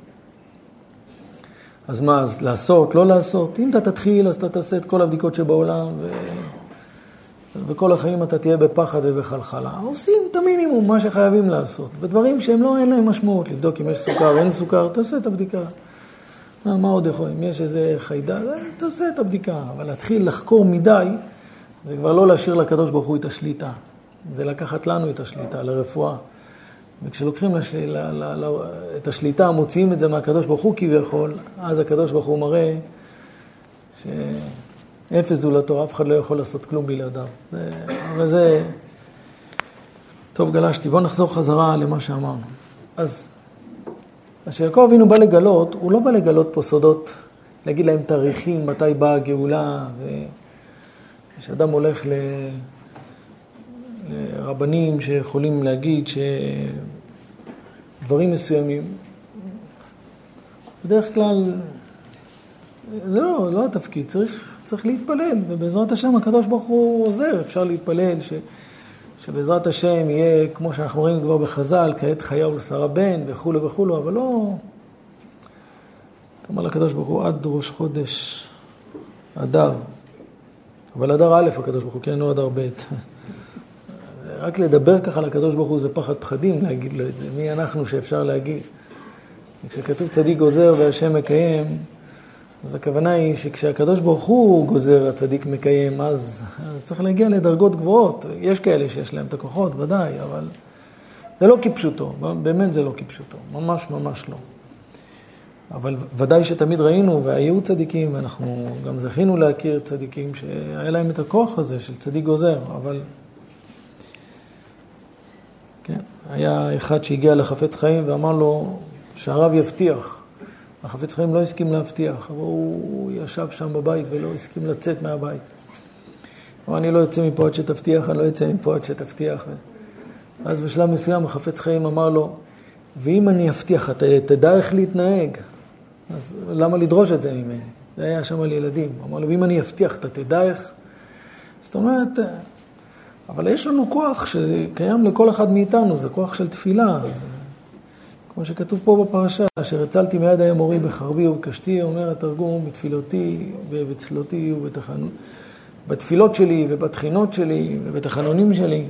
אז מה? אז לעשות, לא לעשות? אם אתה תתחיל, אז אתה תעשה את כל הבדיקות שבעולם, ו... וכל החיים אתה תהיה בפחד ובחלחלה. עושים את המינימום, מה שחייבים לעשות. בדברים שהם לא, אין להם משמעות. לבדוק אם יש סוכר, אין סוכר, תעשה את הבדיקה. מה, מה עוד יכול? אם יש איזה חיידה, תעשה את הבדיקה. אבל להתחיל לחקור מדי, זה כבר לא להשאיר לקדוש ברוך הוא את השליטה. זה לקחת לנו את השליטה, לרפואה. וכשלוקחים לש... ל... ל... ל... את השליטה, מוציאים את זה מהקדוש ברוך הוא כביכול, אז הקדוש ברוך הוא מראה שאפס זולתו, אף אחד לא יכול לעשות כלום בלעדיו. זה... אבל זה... טוב, גלשתי. בואו נחזור חזרה למה שאמרנו. אז, אז שיעקב אבינו בא לגלות, הוא לא בא לגלות פה סודות, להגיד להם תאריכים, מתי באה הגאולה, ושאדם הולך ל... רבנים שיכולים להגיד שדברים מסוימים, בדרך כלל, זה לא, לא התפקיד, צריך, צריך להתפלל, ובעזרת השם הקדוש ברוך הוא עוזר, אפשר להתפלל ש, שבעזרת השם יהיה, כמו שאנחנו רואים כבר בחז"ל, כעת חיה ולשרה בן וכו' וכו', אבל לא, תאמר לקדוש ברוך הוא עד ראש חודש אדר, אבל אדר א' הקדוש ברוך הוא, כן, לא אדר ב'. רק לדבר ככה לקדוש ברוך הוא זה פחד פחדים להגיד לו את זה. מי אנחנו שאפשר להגיד? כשכתוב צדיק גוזר והשם מקיים, אז הכוונה היא שכשהקדוש ברוך הוא גוזר, הצדיק מקיים, אז צריך להגיע לדרגות גבוהות. יש כאלה שיש להם את הכוחות, ודאי, אבל זה לא כפשוטו. באמת זה לא כפשוטו. ממש ממש לא. אבל ודאי שתמיד ראינו, והיו צדיקים, ואנחנו גם זכינו להכיר צדיקים שהיה להם את הכוח הזה של צדיק גוזר, אבל... כן, היה אחד שהגיע לחפץ חיים ואמר לו שהרב יבטיח. החפץ חיים לא הסכים להבטיח, אבל הוא ישב שם בבית ולא הסכים לצאת מהבית. אבל אני לא יוצא מפה עד שתבטיח, אני לא יוצא מפה עד שתבטיח. אז בשלב מסוים החפץ חיים אמר לו, ואם אני אבטיח, אתה תדע איך להתנהג, אז למה לדרוש את זה ממני? זה היה שם על ילדים. הוא אמר לו, ואם אני אבטיח, אתה תדע איך? זאת אומרת... אבל יש לנו כוח שזה קיים לכל אחד מאיתנו, זה כוח של תפילה. זה, כמו שכתוב פה בפרשה, אשר הצלתי מיד היה מורי בחרבי ובקשתי, אומר התרגום, בתפילותי ובצלותי ובתחנון, בתפילות שלי ובתחינות שלי ובתחנונים שלי.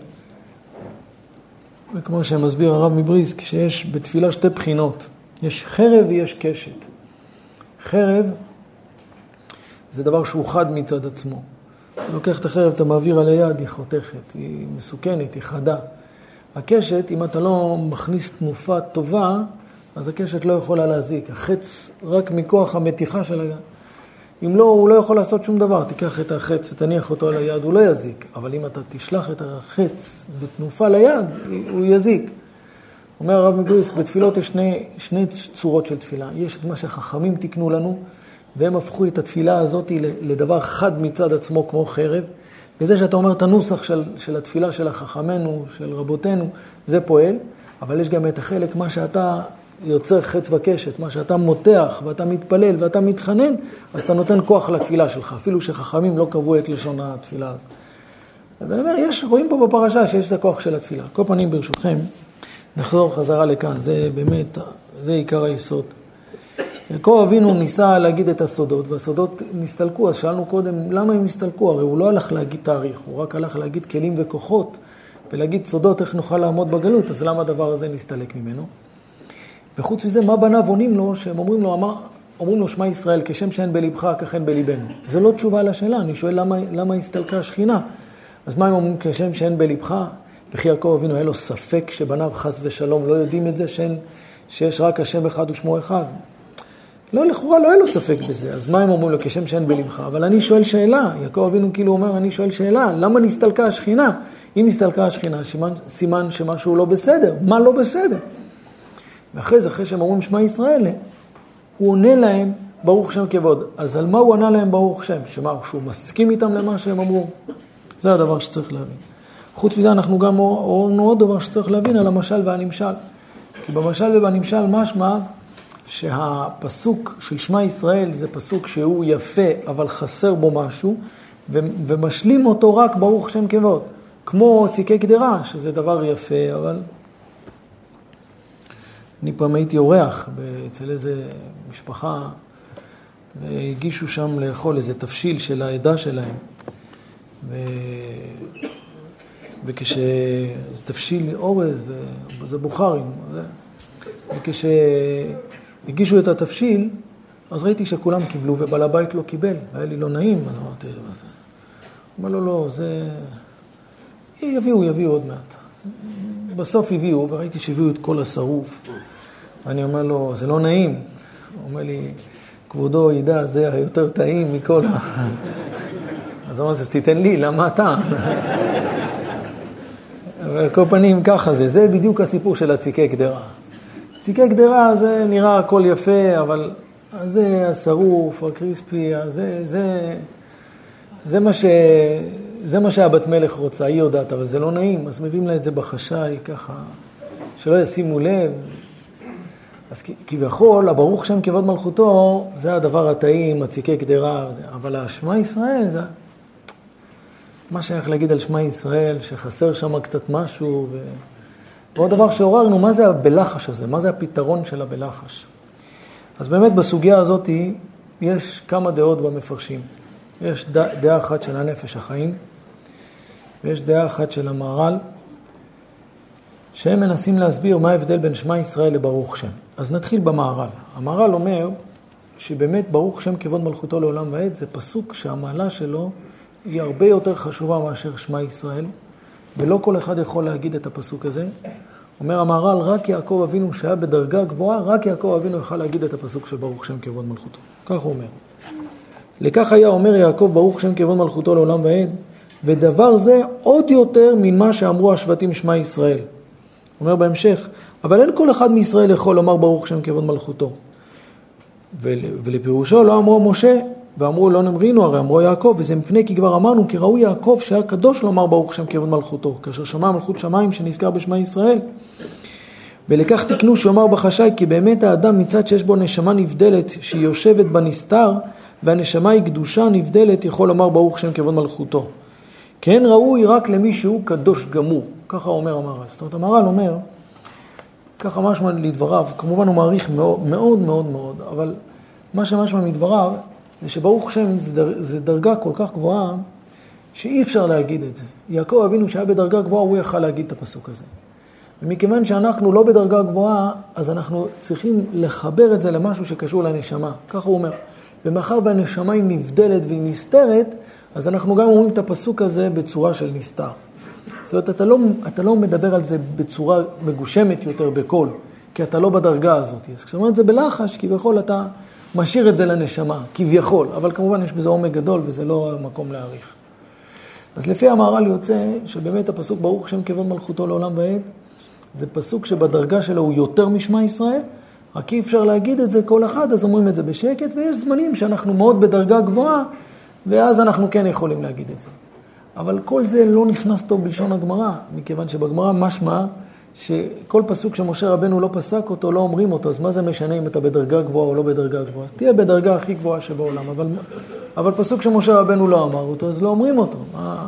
וכמו שמסביר הרב מבריסק, שיש בתפילה שתי בחינות, יש חרב ויש קשת. חרב זה דבר שהוא חד מצד עצמו. אתה לוקח את החרב, אתה מעביר על היד, היא חותכת, היא מסוכנת, היא חדה. הקשת, אם אתה לא מכניס תנופה טובה, אז הקשת לא יכולה להזיק. החץ רק מכוח המתיחה של היד. אם לא, הוא לא יכול לעשות שום דבר. תיקח את החץ ותניח אותו על היד, הוא לא יזיק. אבל אם אתה תשלח את החץ בתנופה ליד, הוא יזיק. אומר הרב מבריסק, בתפילות יש שני, שני צורות של תפילה. יש את מה שחכמים תקנו לנו, והם הפכו את התפילה הזאת לדבר חד מצד עצמו כמו חרב. וזה שאתה אומר את הנוסח של, של התפילה של החכמנו, של רבותינו, זה פועל. אבל יש גם את החלק, מה שאתה יוצר חץ וקשת, מה שאתה מותח ואתה מתפלל ואתה מתחנן, אז אתה נותן כוח לתפילה שלך, אפילו שחכמים לא קבעו את לשון התפילה הזאת. אז אני אומר, יש, רואים פה בפרשה שיש את הכוח של התפילה. כל פנים ברשותכם, נחזור חזרה לכאן, זה באמת, זה עיקר היסוד. יעקב אבינו ניסה להגיד את הסודות, והסודות נסתלקו, אז שאלנו קודם, למה הם נסתלקו? הרי הוא לא הלך להגיד תאריך, הוא רק הלך להגיד כלים וכוחות, ולהגיד סודות איך נוכל לעמוד בגלות, אז למה הדבר הזה נסתלק ממנו? וחוץ מזה, מה בניו עונים לו, שהם אומרים לו, אמר, אומרים לו, שמע ישראל, כשם שאין בלבך, כך אין בליבנו. זה לא תשובה לשאלה, אני שואל למה, למה הסתלקה השכינה. אז מה הם אומרים, כשם שאין בלבך? וכי יעקב אבינו היה לו ספק שבניו חס ושלום לא יודעים את זה, שאין, שיש רק השם אחד ושמו אחד. לא, לכאורה לא היה לו ספק בזה, אז מה הם אומרים לו? כשם שאין בלבך. אבל אני שואל שאלה, יעקב אבינו כאילו אומר, אני שואל שאלה, למה נסתלקה השכינה? אם נסתלקה השכינה, סימן, סימן שמשהו לא בסדר. מה לא בסדר? ואחרי זה, אחרי שהם אומרים שמע ישראל, הוא עונה להם ברוך שם כבוד. אז על מה הוא ענה להם ברוך שם? שמה, שהוא מסכים איתם למה שהם אמרו? זה הדבר שצריך להבין. חוץ מזה אנחנו גם אומרים עוד דבר שצריך להבין על המשל והנמשל. כי במשל ובנמשל משמע שהפסוק של שמע ישראל זה פסוק שהוא יפה אבל חסר בו משהו, ו- ומשלים אותו רק ברוך שם כבוד. כמו ציקי קדרה, שזה דבר יפה, אבל אני פעם הייתי אורח אצל איזה משפחה, והגישו שם לאכול איזה תפשיל של העדה שלהם. ו... וכש... זה תפשיל אורז, וזה בוחרים. וכשהגישו את התפשיל, אז ראיתי שכולם קיבלו, ובעל הבית לא קיבל. היה לי לא נעים, אז אמרתי, הוא אומר לו, לא, זה... יביאו, יביאו עוד מעט. בסוף הביאו, וראיתי שהביאו את כל השרוף. אני אומר לו, זה לא נעים. הוא אומר לי, כבודו ידע, זה היותר טעים מכל ה... אז אמרתי, אז תיתן לי, למה אתה? אבל כל פנים ככה זה, זה בדיוק הסיפור של הציקי קדרה. ציקי קדרה זה נראה הכל יפה, אבל זה השרוף, הקריספי, זה, זה, זה מה ש... זה מה שהבת מלך רוצה, היא יודעת, אבל זה לא נעים, אז מביאים לה את זה בחשאי, ככה, שלא ישימו לב. אז כביכול, הברוך שם כבוד מלכותו, זה הדבר הטעים, הציקי קדרה, אבל השמע ישראל, זה... מה שייך להגיד על שמע ישראל, שחסר שם קצת משהו, ו... ועוד דבר שעוררנו, מה זה הבלחש הזה? מה זה הפתרון של הבלחש? אז באמת בסוגיה הזאת יש כמה דעות במפרשים. יש דעה אחת של הנפש החיים, ויש דעה אחת של המהר"ל, שהם מנסים להסביר מה ההבדל בין שמע ישראל לברוך שם. אז נתחיל במהר"ל. המהר"ל אומר שבאמת ברוך שם כבוד מלכותו לעולם ועד, זה פסוק שהמעלה שלו היא הרבה יותר חשובה מאשר שמע ישראל, ולא כל אחד יכול להגיד את הפסוק הזה. אומר המהר"ל, רק יעקב אבינו שהיה בדרגה גבוהה, רק יעקב אבינו יוכל להגיד את הפסוק של ברוך שם כבוד מלכותו. כך הוא אומר. לכך היה אומר יעקב ברוך שם כבוד מלכותו לעולם ועד, ודבר זה עוד יותר ממה שאמרו השבטים שמע ישראל. אומר בהמשך, אבל אין כל אחד מישראל יכול לומר ברוך שם כבוד מלכותו. ולפירושו לא אמרו משה, ואמרו לא נמרינו, הרי אמרו יעקב, וזה מפני כי כבר אמרנו, כי ראוי יעקב שהיה קדוש לומר ברוך שם כבוד מלכותו, כאשר שמע מלכות שמיים שנזכר בשמע ישראל. ולכך תקנו שאומר בחשאי, כי באמת האדם מצד שיש בו נשמה נבדלת, שהיא יושבת בנסתר, והנשמה היא קדושה נבדלת, יכול לומר ברוך שם כבוד מלכותו. כן ראוי רק למי שהוא קדוש גמור, ככה אומר המהר"ל. זאת אומרת, המהר"ל אומר, ככה משמע לדבריו, כמובן הוא מעריך מאוד מאוד מאוד, מאוד אבל מה שמשמע מדבריו, זה שברוך שם זה דרגה כל כך גבוהה, שאי אפשר להגיד את זה. יעקב אבינו שהיה בדרגה גבוהה, הוא יכל להגיד את הפסוק הזה. ומכיוון שאנחנו לא בדרגה גבוהה, אז אנחנו צריכים לחבר את זה למשהו שקשור לנשמה. ככה הוא אומר. ומאחר והנשמה היא נבדלת והיא נסתרת, אז אנחנו גם אומרים את הפסוק הזה בצורה של נסתר. זאת אומרת, אתה לא, אתה לא מדבר על זה בצורה מגושמת יותר בקול, כי אתה לא בדרגה הזאת. אז כשאתה אומר את זה בלחש, כביכול אתה משאיר את זה לנשמה, כביכול. אבל כמובן יש בזה עומק גדול וזה לא מקום להעריך. אז לפי המהר"ל יוצא שבאמת הפסוק ברוך שם כבוד מלכותו לעולם ועד, זה פסוק שבדרגה שלו הוא יותר משמע ישראל, רק אי אפשר להגיד את זה כל אחד, אז אומרים את זה בשקט, ויש זמנים שאנחנו מאוד בדרגה גבוהה, ואז אנחנו כן יכולים להגיד את זה. אבל כל זה לא נכנס טוב בלשון הגמרא, מכיוון שבגמרא משמע שכל פסוק שמשה רבנו לא פסק אותו, לא אומרים אותו, אז מה זה משנה אם אתה בדרגה גבוהה או לא בדרגה גבוהה? תהיה בדרגה הכי גבוהה שבעולם, אבל, אבל פסוק שמשה רבנו לא אמר אותו, אז לא אומרים אותו. מה...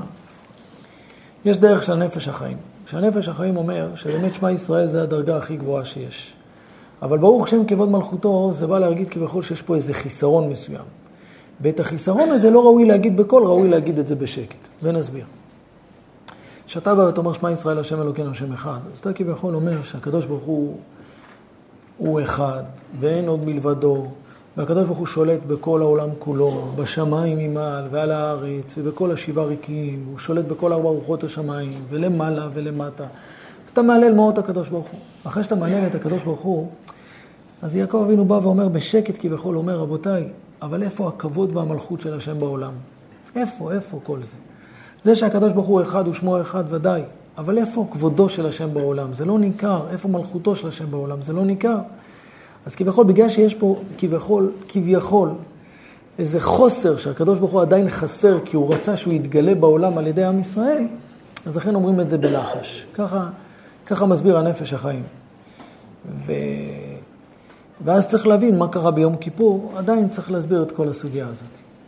יש דרך של נפש החיים. שהנפש החיים אומר שבאמת שמע ישראל זה הדרגה הכי גבוהה שיש. אבל ברוך שם כבוד מלכותו, זה בא להגיד כבכל שיש פה איזה חיסרון מסוים. ואת החיסרון הזה לא ראוי להגיד בקול, ראוי להגיד את זה בשקט. ונסביר. כשאתה בא ואתה אומר שמע ישראל השם אלוקינו השם אחד, אז אתה כביכול אומר שהקדוש ברוך הוא הוא אחד, ואין עוד מלבדו, והקדוש ברוך הוא שולט בכל העולם כולו, בשמיים ממעל ועל הארץ, ובכל השבעה ריקים, הוא שולט בכל ארבע רוחות השמיים, ולמעלה ולמטה. אתה מעלל מאוד הקדוש ברוך הוא. אחרי שאתה מעלל את הקדוש ברוך הוא, אז יעקב אבינו בא ואומר בשקט כביכול, אומר רבותיי, אבל איפה הכבוד והמלכות של השם בעולם? איפה, איפה כל זה? זה שהקדוש ברוך הוא אחד ושמו אחד ודאי, אבל איפה כבודו של השם בעולם? זה לא ניכר. איפה מלכותו של השם בעולם? זה לא ניכר. אז כביכול, בגלל שיש פה כביכול, כביכול, איזה חוסר שהקדוש ברוך הוא עדיין חסר, כי הוא רצה שהוא יתגלה בעולם על ידי עם ישראל, אז לכן אומרים את זה בלחש. ככה, ככה מסביר הנפש החיים. ו... ואז צריך להבין מה קרה ביום כיפור, עדיין צריך להסביר את כל הסוגיה הזאת.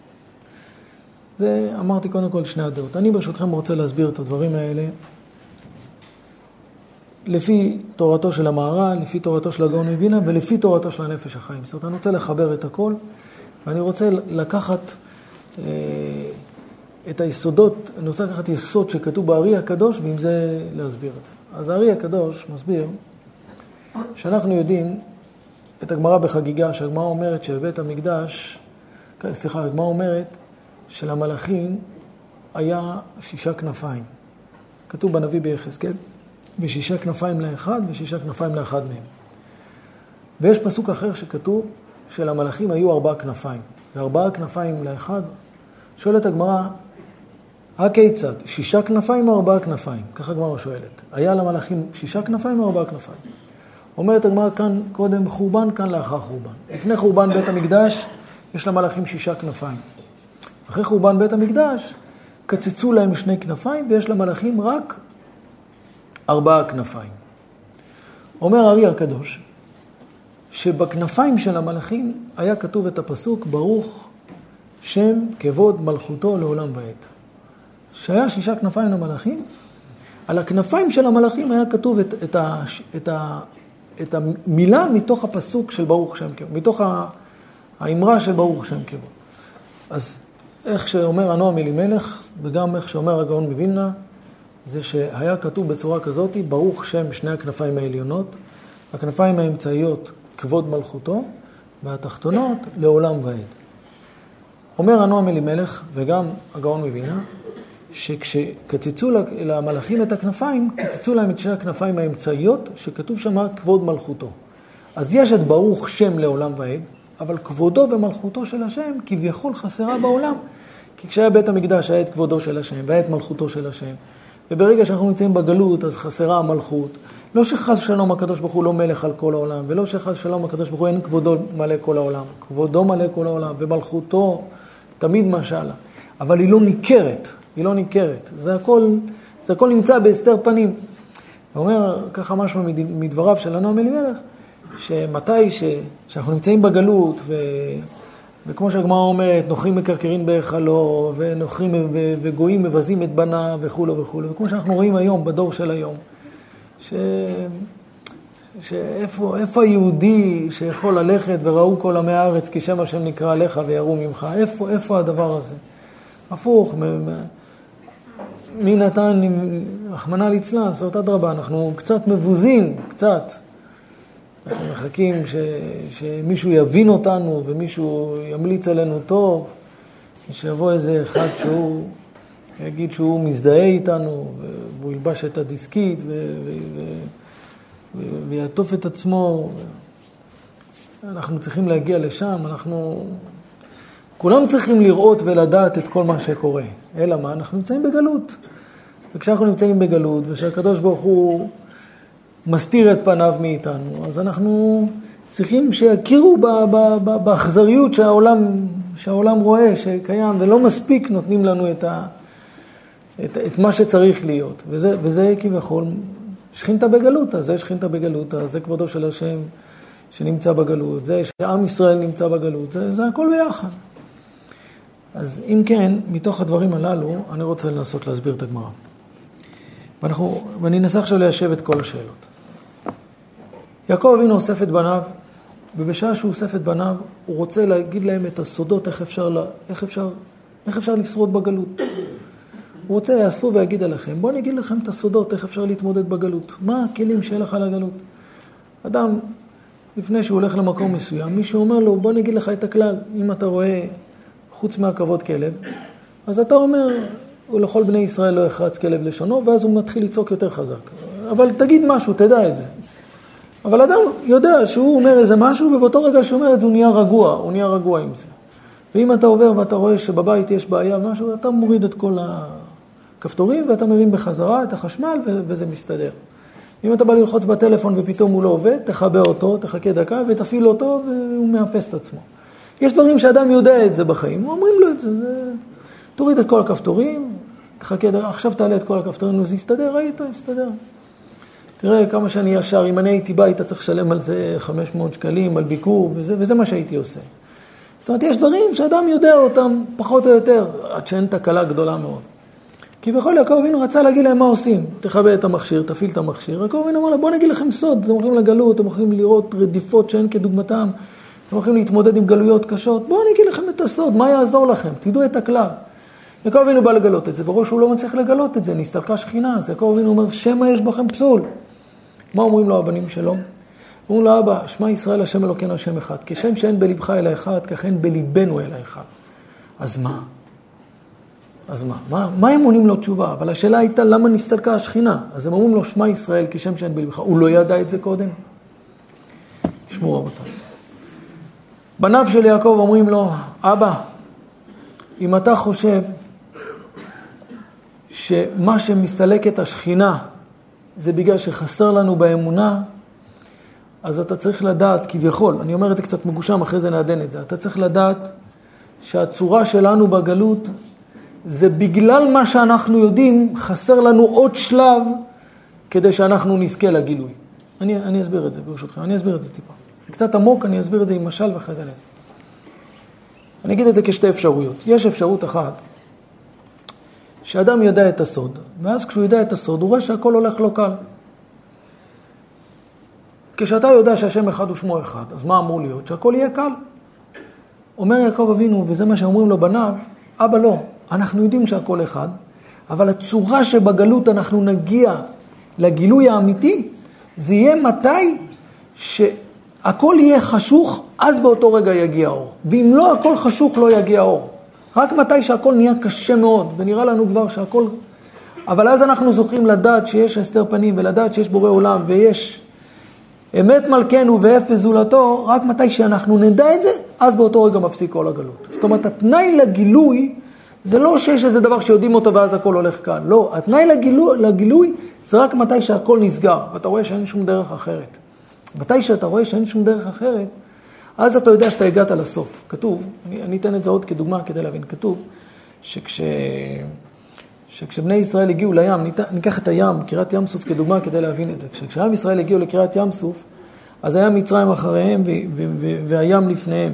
זה אמרתי קודם כל שני הדעות. אני ברשותכם רוצה להסביר את הדברים האלה לפי תורתו של המהר"ל, לפי תורתו של הגאון מווילנה ולפי תורתו של הנפש החיים. זאת אומרת, אני רוצה לחבר את הכל, ואני רוצה לקחת אה, את היסודות, אני רוצה לקחת יסוד שכתוב בארי הקדוש, ועם זה להסביר את זה. אז הארי הקדוש מסביר שאנחנו יודעים את הגמרא בחגיגה, שהגמרא אומרת שבבית המקדש, סליחה, הגמרא אומרת שלמלאכים היה שישה כנפיים. כתוב בנביא ביחזקאל, ושישה כנפיים לאחד ושישה כנפיים לאחד מהם. ויש פסוק אחר שכתוב שלמלאכים היו ארבעה כנפיים, וארבעה כנפיים לאחד. שואלת הגמרא, הכיצד? שישה כנפיים או ארבעה כנפיים? ככה הגמרא שואלת. היה למלאכים שישה כנפיים או ארבעה כנפיים? אומרת הגמרא, כאן קודם חורבן, כאן לאחר חורבן. לפני חורבן בית המקדש יש למלאכים שישה כנפיים. אחרי חורבן בית המקדש קצצו להם שני כנפיים, ויש למלאכים רק ארבעה כנפיים. אומר הארי הקדוש, שבכנפיים של המלאכים היה כתוב את הפסוק, ברוך שם כבוד מלכותו לעולם ועד. שהיה שישה כנפיים למלאכים, על הכנפיים של המלאכים היה כתוב את, את, ה, את, ה, את המילה מתוך הפסוק של ברוך שם כבוד, מתוך האמרה של ברוך שם כבוד. אז איך שאומר הנועם אלימלך, וגם איך שאומר הגאון מווילנה, זה שהיה כתוב בצורה כזאת, ברוך שם שני הכנפיים העליונות, הכנפיים האמצעיות כבוד מלכותו, והתחתונות לעולם ועד. אומר הנועם אלימלך, וגם הגאון מווילנה, שכשקצצו למלאכים את הכנפיים, קצצו להם את שני הכנפיים האמצעיות, שכתוב שם כבוד מלכותו. אז יש את ברוך שם לעולם ועד, אבל כבודו ומלכותו של השם כביכול חסרה בעולם. כי כשהיה בית המקדש היה את כבודו של השם, והיה את מלכותו של השם. וברגע שאנחנו נמצאים בגלות, אז חסרה המלכות. לא שחס שלום הקדוש ברוך הוא לא מלך על כל העולם, ולא שחס שלום הקדוש ברוך הוא אין כבודו מלא כל העולם. כבודו מלא כל העולם, ומלכותו תמיד משלה. אבל היא לא ניכרת, היא לא ניכרת. זה הכל, זה הכל נמצא בהסתר פנים. הוא אומר ככה משהו מדבריו של הנועם אלימלך, שמתי ש, שאנחנו נמצאים בגלות, ו, וכמו שהגמרא אומרת, נוכרים מקרקרין בהיכלו, ונוכרים ו, וגויים מבזים את בניו וכו' וכו'. וכמו שאנחנו רואים היום, בדור של היום, ש, שאיפה איפה היהודי שיכול ללכת וראו כל עמי הארץ, כי שם השם נקרא עליך ויראו ממך, איפה, איפה הדבר הזה? הפוך, מי נתן, רחמנא ליצלן, זאת אדרבה, אנחנו קצת מבוזים, קצת. אנחנו מחכים ש, שמישהו יבין אותנו ומישהו ימליץ עלינו טוב, שיבוא איזה אחד שהוא יגיד שהוא מזדהה איתנו, והוא ילבש את הדיסקית ו, ו, ו, ו, ויעטוף את עצמו. אנחנו צריכים להגיע לשם, אנחנו כולם צריכים לראות ולדעת את כל מה שקורה. אלא מה? אנחנו נמצאים בגלות. וכשאנחנו נמצאים בגלות ושהקדוש ברוך הוא מסתיר את פניו מאיתנו, אז אנחנו צריכים שיכירו באכזריות שהעולם, שהעולם רואה שקיים, ולא מספיק נותנים לנו את, ה, את, את מה שצריך להיות. וזה, וזה כביכול שכינתה בגלותה, זה שכינתה בגלותה, זה כבודו של השם שנמצא בגלות, זה שעם ישראל נמצא בגלות, זה, זה הכל ביחד. אז אם כן, מתוך הדברים הללו, אני רוצה לנסות להסביר את הגמרא. ואנחנו, ואני אנסה עכשיו ליישב את כל השאלות. יעקב אבינו אוסף את בניו, ובשעה שהוא אוסף את בניו, הוא רוצה להגיד להם את הסודות, איך אפשר, איך אפשר, איך אפשר לשרוד בגלות. הוא רוצה לאספו ויגיד עליכם, בואו אני אגיד לכם את הסודות, איך אפשר להתמודד בגלות. מה הכלים שיהיה לך לגלות? אדם, לפני שהוא הולך למקום מסוים, מישהו אומר לו, בואו אני אגיד לך את הכלל. אם אתה רואה חוץ מהכבוד כלב, אז אתה אומר, ולכל בני ישראל לא יחרץ כלב לשונו, ואז הוא מתחיל לצעוק יותר חזק. אבל תגיד משהו, תדע את זה. אבל אדם יודע שהוא אומר איזה משהו, ובאותו רגע שהוא אומר את זה הוא נהיה רגוע, הוא נהיה רגוע עם זה. ואם אתה עובר ואתה רואה שבבית יש בעיה משהו, אתה מוריד את כל הכפתורים ואתה מרים בחזרה את החשמל וזה מסתדר. אם אתה בא ללחוץ בטלפון ופתאום הוא לא עובד, תחבר אותו, תחכה דקה ותפעיל אותו והוא מאפס את עצמו. יש דברים שאדם יודע את זה בחיים, אומרים לו את זה, זה... תוריד את כל הכפתורים, תחכה דקה, עכשיו תעלה את כל הכפתורים, זה יסתדר, ראית, יסתדר. תראה כמה שאני ישר, אם אני הייתי בא, היית צריך לשלם על זה חמש מאות שקלים, על ביקור, וזה, וזה מה שהייתי עושה. זאת אומרת, יש דברים שאדם יודע אותם פחות או יותר, עד שאין תקלה גדולה מאוד. כי בכל יעקב אבינו רצה להגיד להם מה עושים. תכבה את המכשיר, תפעיל את המכשיר. יעקב אבינו אמר לה, בוא נגיד לכם סוד, אתם הולכים לגלות, אתם הולכים לראות רדיפות שאין כדוגמתם, אתם הולכים להתמודד עם גלויות קשות, בואו נגיד לכם את הסוד, מה יעזור לכם? תדעו את הכלל. יעקב אבינו בא לגלות את זה, וראש הוא לא מצליח לגלות את זה, נסתלקה שכינה, אז יעקב אבינו אומר, שמה יש בכם פסול. מה אומרים לו הבנים שלו? אומרים לו, אבא, שמע ישראל השם אלוקינו השם אחד, כשם שאין בלבך אלא אחד, כך אין בליבנו אלא אחד. אז מה? אז מה? מה, מה הם עונים לו תשובה? אבל השאלה הייתה, למה נסתלקה השכינה? אז הם אומרים לו, שמע ישראל כשם שאין בלבך. הוא לא ידע את זה קודם? תשמעו רבותיי. בניו של יעקב אומרים לו, אבא, אם אתה חושב שמה שמסתלקת השכינה זה בגלל שחסר לנו באמונה, אז אתה צריך לדעת, כביכול, אני אומר את זה קצת מגושם, אחרי זה נעדן את זה, אתה צריך לדעת שהצורה שלנו בגלות, זה בגלל מה שאנחנו יודעים, חסר לנו עוד שלב, כדי שאנחנו נזכה לגילוי. אני, אני אסביר את זה, ברשותכם, אני אסביר את זה טיפה. זה קצת עמוק, אני אסביר את זה עם משל ואחרי זה נעדן. אני אגיד את זה כשתי אפשרויות. יש אפשרות אחת, שאדם יודע את הסוד, ואז כשהוא יודע את הסוד, הוא רואה שהכל הולך לא קל. כשאתה יודע שהשם אחד הוא שמו אחד, אז מה אמור להיות? שהכל יהיה קל. אומר יעקב אבינו, וזה מה שאומרים לו בניו, אבא לא, אנחנו יודעים שהכל אחד, אבל הצורה שבגלות אנחנו נגיע לגילוי האמיתי, זה יהיה מתי שהכל יהיה חשוך, אז באותו רגע יגיע אור. ואם לא הכל חשוך, לא יגיע אור. רק מתי שהכל נהיה קשה מאוד, ונראה לנו כבר שהכל... אבל אז אנחנו זוכים לדעת שיש הסתר פנים, ולדעת שיש בורא עולם, ויש אמת מלכנו ואפס זולתו, רק מתי שאנחנו נדע את זה, אז באותו רגע מפסיק כל הגלות. זאת אומרת, התנאי לגילוי, זה לא שיש איזה דבר שיודעים אותו ואז הכל הולך כאן. לא, התנאי לגילוי, לגילוי זה רק מתי שהכל נסגר, ואתה רואה שאין שום דרך אחרת. מתי שאתה רואה שאין שום דרך אחרת, אז אתה יודע שאתה הגעת לסוף. כתוב, אני, אני אתן את זה עוד כדוגמה כדי להבין, כתוב שכש, שכשבני ישראל הגיעו לים, ניקח את הים, קריאת ים סוף כדוגמה כדי להבין את זה. כשעם ישראל הגיעו לקריאת ים סוף, אז היה מצרים אחריהם ו, ו, ו, והים לפניהם.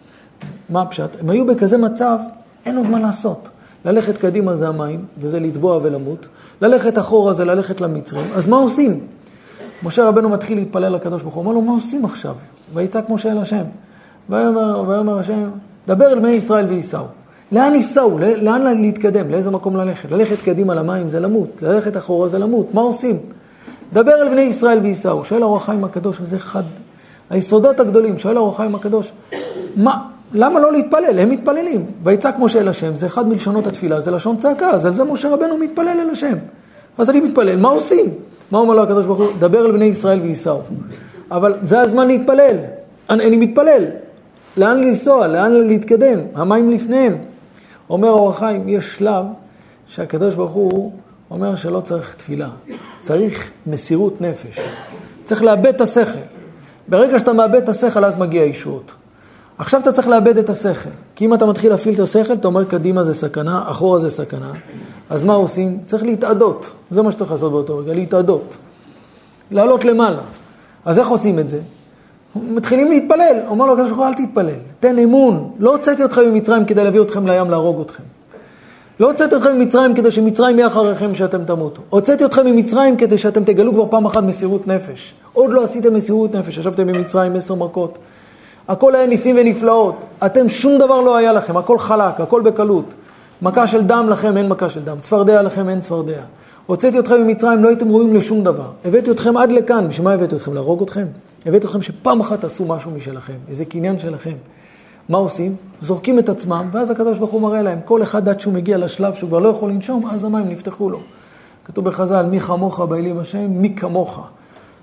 מה הפשט? הם היו בכזה מצב, אין עוד מה לעשות. ללכת קדימה זה המים, וזה לטבוע ולמות. ללכת אחורה זה ללכת למצרים. אז מה עושים? משה רבנו מתחיל להתפלל לקדוש ברוך הוא, אומר לו, מה עושים עכשיו? ויצעק משה אל השם. ויאמר, ויאמר השם, דבר אל בני ישראל וייסעו. לאן ייסעו? לאן להתקדם? לאיזה מקום ללכת? ללכת קדימה למים זה למות, ללכת אחורה זה למות. מה עושים? דבר אל בני ישראל וייסעו. שואל אור החיים הקדוש, וזה אחד היסודות הגדולים. שואל אור החיים הקדוש, מה? למה לא להתפלל? הם מתפללים. ויצעק משה אל השם, זה אחד מלשונות התפילה, זה לשון צעקה, אז על זה משה רבנו מתפלל אל השם. אז אני מתפלל, מה עושים? מה אומר לו הקדוש ברוך הוא? דבר אל בני ישראל וייסעו. אבל זה הזמן להתפלל. אני, אני מתפלל. לאן לנסוע? לאן להתקדם? המים לפניהם. אומר אור החיים, יש שלב שהקדוש ברוך הוא אומר שלא צריך תפילה. צריך מסירות נפש. צריך לאבד את השכל. ברגע שאתה מאבד את השכל, אז מגיע ישועות. עכשיו אתה צריך לאבד את השכל. כי אם אתה מתחיל להפעיל את השכל, אתה אומר קדימה זה סכנה, אחורה זה סכנה. אז מה עושים? צריך להתעדות. זה מה שצריך לעשות באותו רגע, להתעדות. לעלות למעלה. אז איך עושים את זה? מתחילים להתפלל. אומר לו, הקדוש ברוך הוא, אל תתפלל. תן אמון. לא הוצאתי אתכם ממצרים כדי להביא אתכם לים להרוג אתכם. לא הוצאתי אתכם ממצרים כדי שמצרים יהיה אחריכם שאתם תמותו. הוצאתי אתכם ממצרים כדי שאתם תגלו כבר פעם אחת מסירות נפש. עוד לא עשיתם מסירות נפש. ישבתם במצרים עשר מכות. הכל היה ניסים ונפלאות. אתם שום דבר לא היה לכם. הכל חלק, הכל בקלות. מכה של דם לכם, אין מכה של דם. צפרדע לכם, אין צפרדע. הוצאתי אתכם ממצרים, לא הייתם ראויים לשום דבר. הבאתי אתכם עד לכאן. בשביל מה הבאתי אתכם? להרוג אתכם? הבאתי אתכם שפעם אחת תעשו משהו משלכם. איזה קניין שלכם. מה עושים? זורקים את עצמם, ואז הקדוש ברוך הוא מראה להם. כל אחד עד שהוא מגיע לשלב שהוא כבר לא יכול לנשום, אז המים נפתחו לו. כתוב בחז"ל, מי כמוך באלים השם, מי כמוך.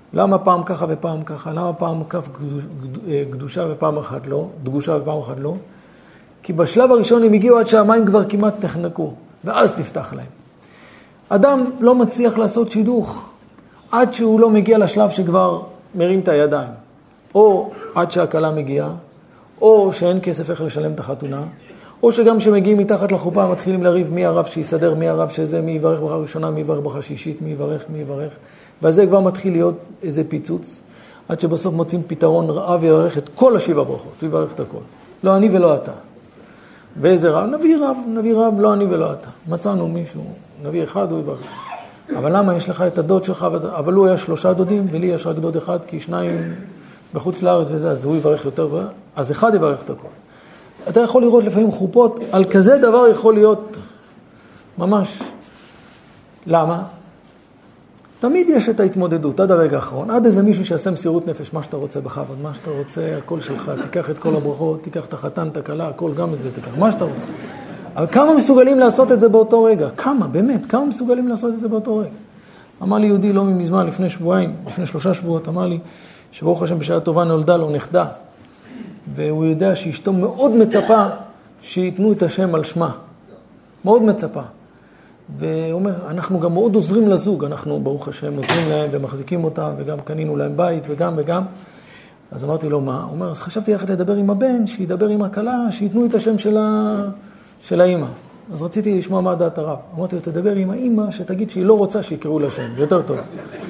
למה פעם ככה ופעם ככה? למה פעם כף קדושה ופעם אחת לא? דגושה ופעם אחת לא? כי בשלב הראשון הם הגיעו עד שהמים כבר כמעט נחנקו, ואז תפתח להם. אדם לא מצליח לעשות שידוך עד שהוא לא מגיע לשלב שכבר מרים את הידיים. או עד שהקלה מגיעה, או שאין כסף איך לשלם את החתונה, או שגם שמגיעים מתחת לחופה מתחילים לריב מי הרב שיסדר, מי הרב שזה, מי יברך ברכה ראשונה, מי יברך ברכה שישית, מי יברך, מי יברך. וזה כבר מתחיל להיות איזה פיצוץ, עד שבסוף מוצאים פתרון רב יברך את כל השבע ברכות, ויברך את הכל. לא אני ולא אתה. ואיזה רב? נביא רב, נביא רב, לא אני ולא אתה. מצאנו מישהו, נביא אחד, הוא יברך. אבל למה יש לך את הדוד שלך, אבל הוא היה שלושה דודים, ולי יש רק דוד אחד, כי שניים בחוץ לארץ וזה, אז הוא יברך יותר, אז אחד יברך את הכל. אתה יכול לראות לפעמים חופות, על כזה דבר יכול להיות ממש. למה? תמיד יש את ההתמודדות, עד הרגע האחרון, עד איזה מישהו שיעשה מסירות נפש, מה שאתה רוצה בכבוד, מה שאתה רוצה, הכל שלך, תיקח את כל הברכות, תיקח את החתן, את הכלה, הכל, גם את זה תיקח, מה שאתה רוצה. אבל כמה מסוגלים לעשות את זה באותו רגע? כמה, באמת, כמה מסוגלים לעשות את זה באותו רגע? אמר לי יהודי לא מזמן, לפני שבועיים, לפני שלושה שבועות, אמר לי, שברוך השם בשעה טובה נולדה לו נכדה, והוא יודע שאשתו מאוד מצפה שיתנו את השם על שמה. מאוד מצפה. והוא אומר, אנחנו גם מאוד עוזרים לזוג, אנחנו ברוך השם עוזרים להם ומחזיקים אותם, וגם קנינו להם בית וגם וגם. אז אמרתי לו, מה? הוא אומר, אז חשבתי איך לדבר עם הבן, שידבר עם הכלה, שיתנו את השם של, ה... של האמא. אז רציתי לשמוע מה דעת הרב. אמרתי לו, תדבר עם האמא, שתגיד שהיא לא רוצה שיקראו לשם, יותר טוב.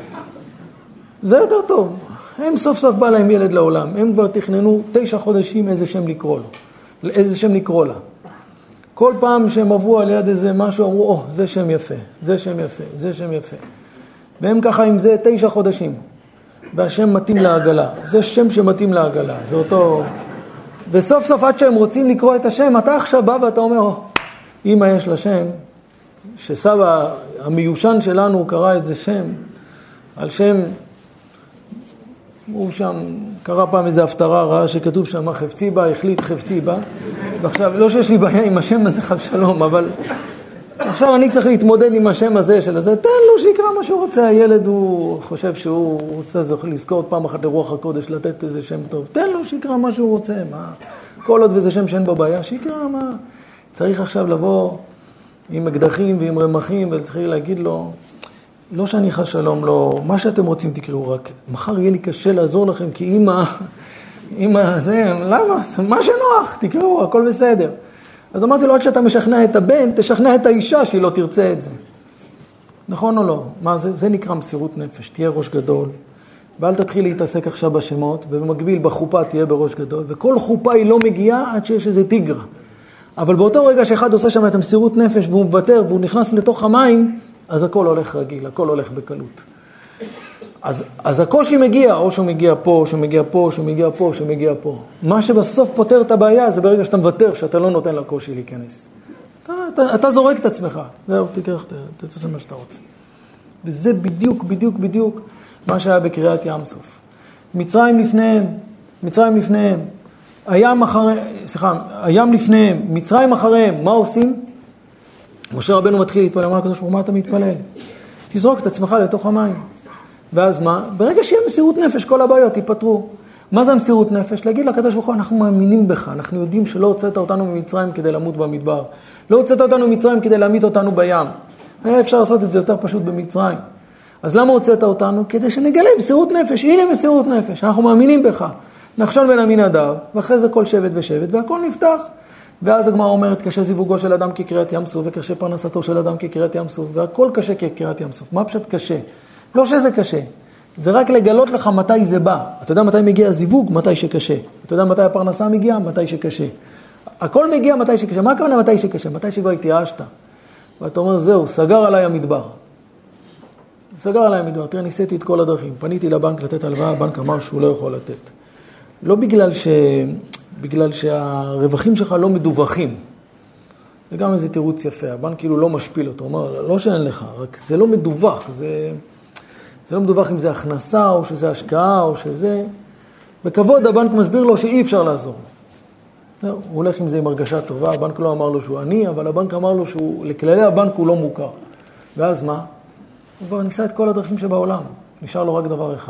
זה יותר טוב. הם סוף סוף בא להם ילד לעולם. הם כבר תכננו תשע חודשים איזה שם לקרוא לו. איזה שם לקרוא לה. כל פעם שהם עברו על יד איזה משהו, אמרו, או, זה שם יפה, זה שם יפה, זה שם יפה. והם ככה עם זה תשע חודשים. והשם מתאים לעגלה. זה שם שמתאים לעגלה. זה אותו... וסוף סוף עד שהם רוצים לקרוא את השם, אתה עכשיו בא ואתה אומר, או, אמא יש לה שם, שסבא המיושן שלנו קרא את זה שם, על שם... הוא שם קרא פעם איזו הפטרה רעה שכתוב שם חפצי בה, החליט חפצי בה. ועכשיו, לא שיש לי בעיה עם השם הזה חב שלום, אבל עכשיו אני צריך להתמודד עם השם הזה של הזה. תן לו שיקרא מה שהוא רוצה. הילד הוא חושב שהוא רוצה לזכור פעם אחת לרוח הקודש, לתת איזה שם טוב. תן לו שיקרא מה שהוא רוצה. מה? כל עוד וזה שם שאין בו בעיה, שיקרא מה? צריך עכשיו לבוא עם אקדחים ועם רמחים וצריך להגיד לו, לא שאני חס שלום, לא, מה שאתם רוצים תקראו, רק מחר יהיה לי קשה לעזור לכם, כי אמא, אמא זה, למה? מה שנוח, תקראו, הכל בסדר. אז אמרתי לו, עד שאתה משכנע את הבן, תשכנע את האישה שהיא לא תרצה את זה. נכון או לא? מה זה? זה נקרא מסירות נפש, תהיה ראש גדול, ואל תתחיל להתעסק עכשיו בשמות, ובמקביל בחופה תהיה בראש גדול, וכל חופה היא לא מגיעה עד שיש איזה טיגרה. אבל באותו רגע שאחד עושה שם את המסירות נפש, והוא מוותר, והוא נכנס לתוך המים, אז הכל הולך רגיל, הכל הולך בקלות. אז, אז הקושי מגיע, או שהוא מגיע פה, או שהוא מגיע פה, או שהוא מגיע פה, או שהוא מגיע פה. מה שבסוף פותר את הבעיה, זה ברגע שאתה מוותר, שאתה לא נותן לקושי להיכנס. אתה, אתה, אתה זורק את עצמך. זהו, תיקח, תעשה מה שאתה רוצה. וזה בדיוק, בדיוק, בדיוק מה שהיה בקריאת ים סוף. מצרים לפניהם, מצרים לפניהם, הים אחריהם, סליחה, הים לפניהם, מצרים אחריהם, מה עושים? משה רבנו מתחיל להתפלל, אמר לקדוש ברוך הוא, מה אתה מתפלל? תזרוק את עצמך לתוך המים. ואז מה? ברגע שיהיה מסירות נפש, כל הבעיות ייפתרו. מה זה מסירות נפש? להגיד לקדוש ברוך הוא, אנחנו מאמינים בך, אנחנו יודעים שלא הוצאת אותנו ממצרים כדי למות במדבר. לא הוצאת אותנו ממצרים כדי להמית אותנו בים. היה אפשר לעשות את זה יותר פשוט במצרים. אז למה הוצאת אותנו? כדי שנגלה מסירות נפש. הנה מסירות נפש, אנחנו מאמינים בך. נחשון בן עמינדב, ואחרי זה כל שבט ושבט, והכל נפתח. ואז הגמרא אומרת, קשה זיווגו של אדם כקריאת ים סוף, וקשה פרנסתו של אדם כקריאת ים סוף, והכל קשה כקריאת ים סוף. מה פשוט קשה? לא שזה קשה, זה רק לגלות לך מתי זה בא. אתה יודע מתי מגיע הזיווג? מתי שקשה. אתה יודע מתי הפרנסה מגיעה? מתי שקשה. הכל מגיע מתי שקשה. מה הכוונה מתי שקשה? מתי שכבר התייאשת. ואתה אומר, זהו, סגר עליי המדבר. סגר עליי המדבר. תראה, ניסיתי את כל הדרכים. פניתי לבנק לתת הלוואה, הבנק אמר שהוא לא יכול לתת. לא בגלל ש... בגלל שהרווחים שלך לא מדווחים. זה גם איזה תירוץ יפה. הבנק כאילו לא משפיל אותו. הוא אומר, לא שאין לך, רק זה לא מדווח. זה, זה לא מדווח אם זה הכנסה או שזה השקעה או שזה... בכבוד הבנק מסביר לו שאי אפשר לעזור. הוא הולך עם זה עם הרגשה טובה. הבנק לא אמר לו שהוא עני, אבל הבנק אמר לו שהוא, לכללי הבנק הוא לא מוכר. ואז מה? הוא כבר ניסה את כל הדרכים שבעולם. נשאר לו רק דבר אחד.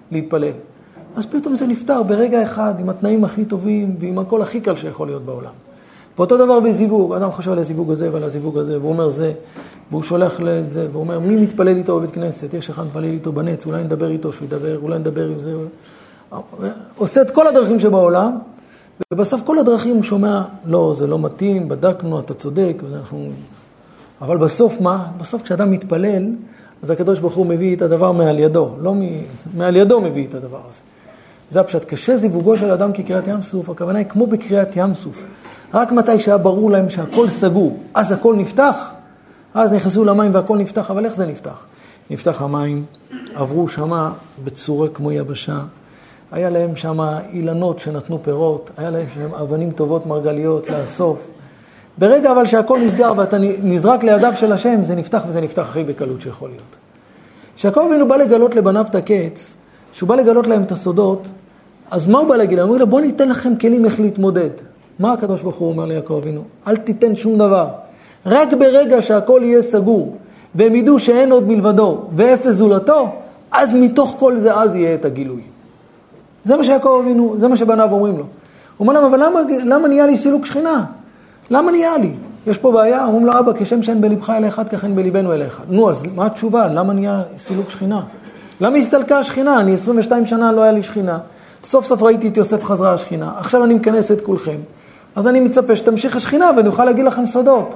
להתפלל. אז פתאום זה נפטר ברגע אחד, עם התנאים הכי טובים, ועם הכל הכי קל שיכול להיות בעולם. ואותו דבר בזיווג, אדם חושב על הזיווג הזה ועל הזיווג הזה, והוא אומר זה, והוא שולח לזה, והוא אומר, מי מתפלל איתו בבית כנסת? יש אחד מתפלל איתו בנץ, אולי נדבר איתו שהוא ידבר, אולי נדבר עם זה. עושה את כל הדרכים שבעולם, ובסוף כל הדרכים הוא שומע, לא, זה לא מתאים, בדקנו, אתה צודק, ואנחנו... אבל בסוף מה? בסוף כשאדם מתפלל, אז הקדוש ברוך הוא מביא את הדבר מעל ידו, לא מ... מעל ידו מביא את הדבר הזה. זה הפשט, קשה זיווגו של אדם כקריאת ים סוף, הכוונה היא כמו בקריאת ים סוף. רק מתי שהיה ברור להם שהכל סגור, אז הכל נפתח, אז נכנסו למים והכל נפתח, אבל איך זה נפתח? נפתח המים, עברו שמה בצורה כמו יבשה, היה להם שמה אילנות שנתנו פירות, היה להם שם אבנים טובות מרגליות לאסוף. ברגע אבל שהכל נסגר ואתה נזרק לידיו של השם, זה נפתח וזה נפתח הכי בקלות שיכול להיות. כשהכל אבינו בא לגלות לבניו את הקץ, שהוא בא לגלות להם את הסודות, אז מה הוא בא להגיד? הוא אומר לה, בוא ניתן לכם כלים איך להתמודד. מה הקדוש ברוך הוא אומר ליעקב אבינו? אל תיתן שום דבר. רק ברגע שהכל יהיה סגור, והם ידעו שאין עוד מלבדו, ואפס זולתו, אז מתוך כל זה אז יהיה את הגילוי. זה מה שיעקב אבינו, זה מה שבניו אומרים לו. הוא אומר להם, אבל למה, למה נהיה לי סילוק שכינה? למה נהיה לי? יש פה בעיה, אומרים לו, אבא, כשם שאין בלבך אל אחד, ככן בליבנו אל אחד. נו, אז מה התשובה? למה נהיה סילוק שכינה? למה הסתלקה השכינה? אני עשרים ושתיים שנה לא היה לי שכינה. סוף סוף ראיתי את יוסף חזרה השכינה. עכשיו אני מכנס את כולכם. אז אני מצפה שתמשיך השכינה ואני אוכל להגיד לכם סודות.